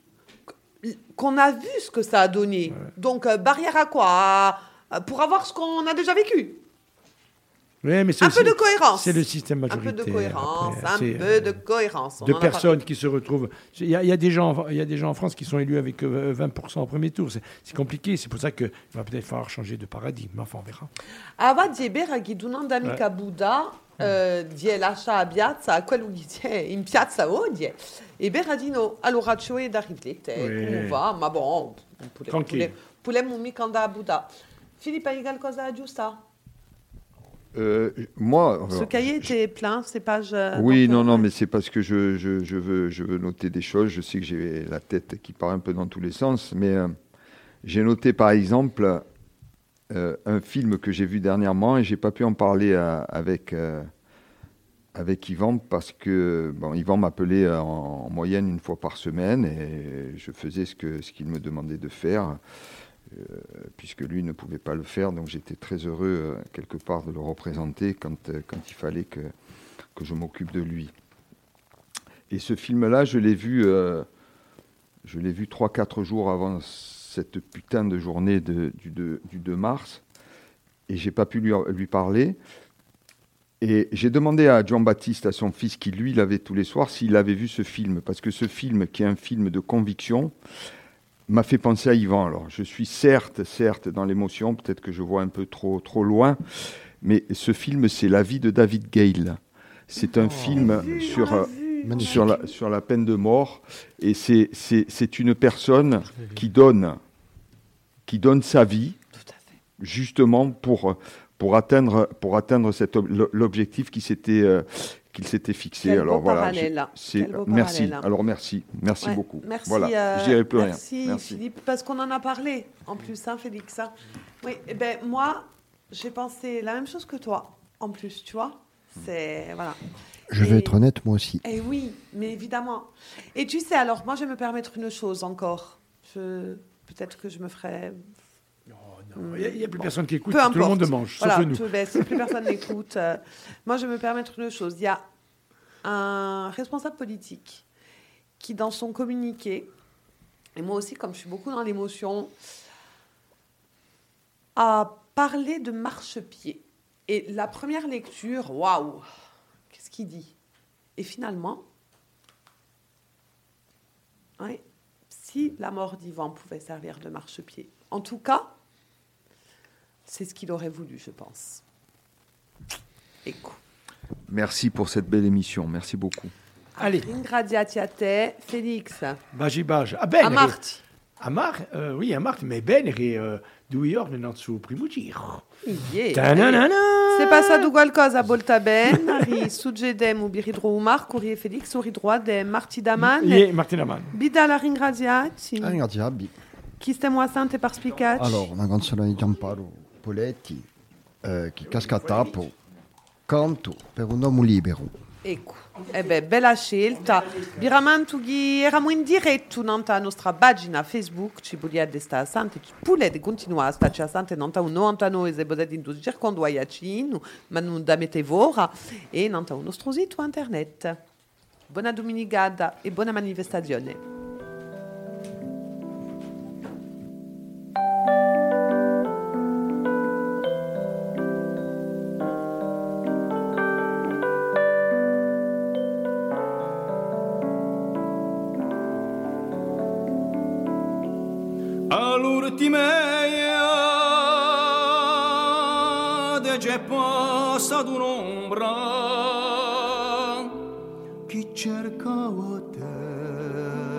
qu'on a vu ce que ça a donné. Ouais. Donc, barrière à quoi? Pour avoir ce qu'on a déjà vécu. Ouais, mais Un peu de cohérence. C'est le système Un majoritaire. peu de cohérence. Après, Un peu de cohérence. On de en a personnes qui se retrouvent. Il y a des gens en France qui sont élus avec 20% au premier tour. C'est compliqué. C'est pour ça qu'il va peut-être falloir changer de paradigme. Mais enfin, on verra. Ava Dieber Gidunan d'Amica Buddha, die lascia a piazza, quello che die in piazza odie. E Beradino, allora cioè d'arrivete, come va? Ma bon, Tranquille. Pulem mica andare a Buddha. Filippo, hai qualcosa da aggiustare? Moi, Ce cahier était plein, ces pages. oui, donc, non, mais c'est parce que je veux noter des choses. Je sais que j'ai la tête qui part un peu dans tous les sens, mais j'ai noté par exemple un film que j'ai vu dernièrement et j'ai pas pu en parler avec Yvan parce que Yvan m'appelait en moyenne une fois par semaine et je faisais ce qu'il me demandait de faire. Puisque lui ne pouvait pas le faire, donc j'étais très heureux quelque part de le représenter quand il fallait que je m'occupe de lui. Et ce film-là, je l'ai vu 3-4 jours avant cette putain de journée du 2 mars, et j'ai pas pu lui parler. Et j'ai demandé à Jean-Baptiste, à son fils, qui lui l'avait tous les soirs, s'il avait vu ce film, parce que ce film, qui est un film de conviction, m'a fait penser à Yvan. Alors, je suis certes dans l'émotion, peut-être que je vois un peu trop loin, mais ce film, c'est La vie de David Gale. C'est un film sur la peine de mort, et c'est une personne qui donne sa vie, justement pour atteindre l'objectif qu'il s'était fixé. Quel alors beau voilà, parallèle. Quel beau merci. parallèle. Alors merci Ouais, beaucoup. Merci, Voilà, je dirais plus rien. Merci Philippe, parce qu'on en a parlé en plus, Félix. Oui, moi, j'ai pensé la même chose que toi, en plus, tu vois. C'est voilà. Je vais être honnête, moi aussi. Et oui, mais évidemment. Et tu sais, alors moi, je vais me permettre une chose encore. Peut-être que je me ferai. Non, il n'y a plus personne qui écoute, Peu importe. tout le monde mange, voilà, sauf nous. Si plus personne n'écoute, moi je vais me permettre une chose. Il y a un responsable politique qui, dans son communiqué, et moi aussi, comme je suis beaucoup dans l'émotion, a parlé de marchepied. Et la première lecture, waouh, qu'est-ce qu'il dit? Et finalement, ouais, si la mort d'Yvan pouvait servir de marchepied, en tout cas, c'est ce qu'il aurait voulu, je pense. Écoute. Merci pour cette belle émission. Merci beaucoup. Allez. Ringraziate, Félix. Bagi. A Marti. A Marti, mais Ben è 2 giorni non su primo giro. Se passato qualcosa a volta ben, succedemo biridro Marco e Felix ridroa de Marti Daman. Marti Daman. Bida la ringraziati. Ringraziabi. Chi stiamo a sante per spiegare? Allora, una canzone di Giampaolo Poletti che casca a tappo, canto per un uomo libero. Ecco, bella scelta. Viramantu che eravamo in diretto nella nostra pagina Facebook, ci volete stare a sante, potete continuare a stare a sante nella 99 se potete indurre quando hai accino, ma non da mettete ora, e nella nostro sito internet. Buona domenicata e buona manifestazione. C'è passato un'ombra chi cercava te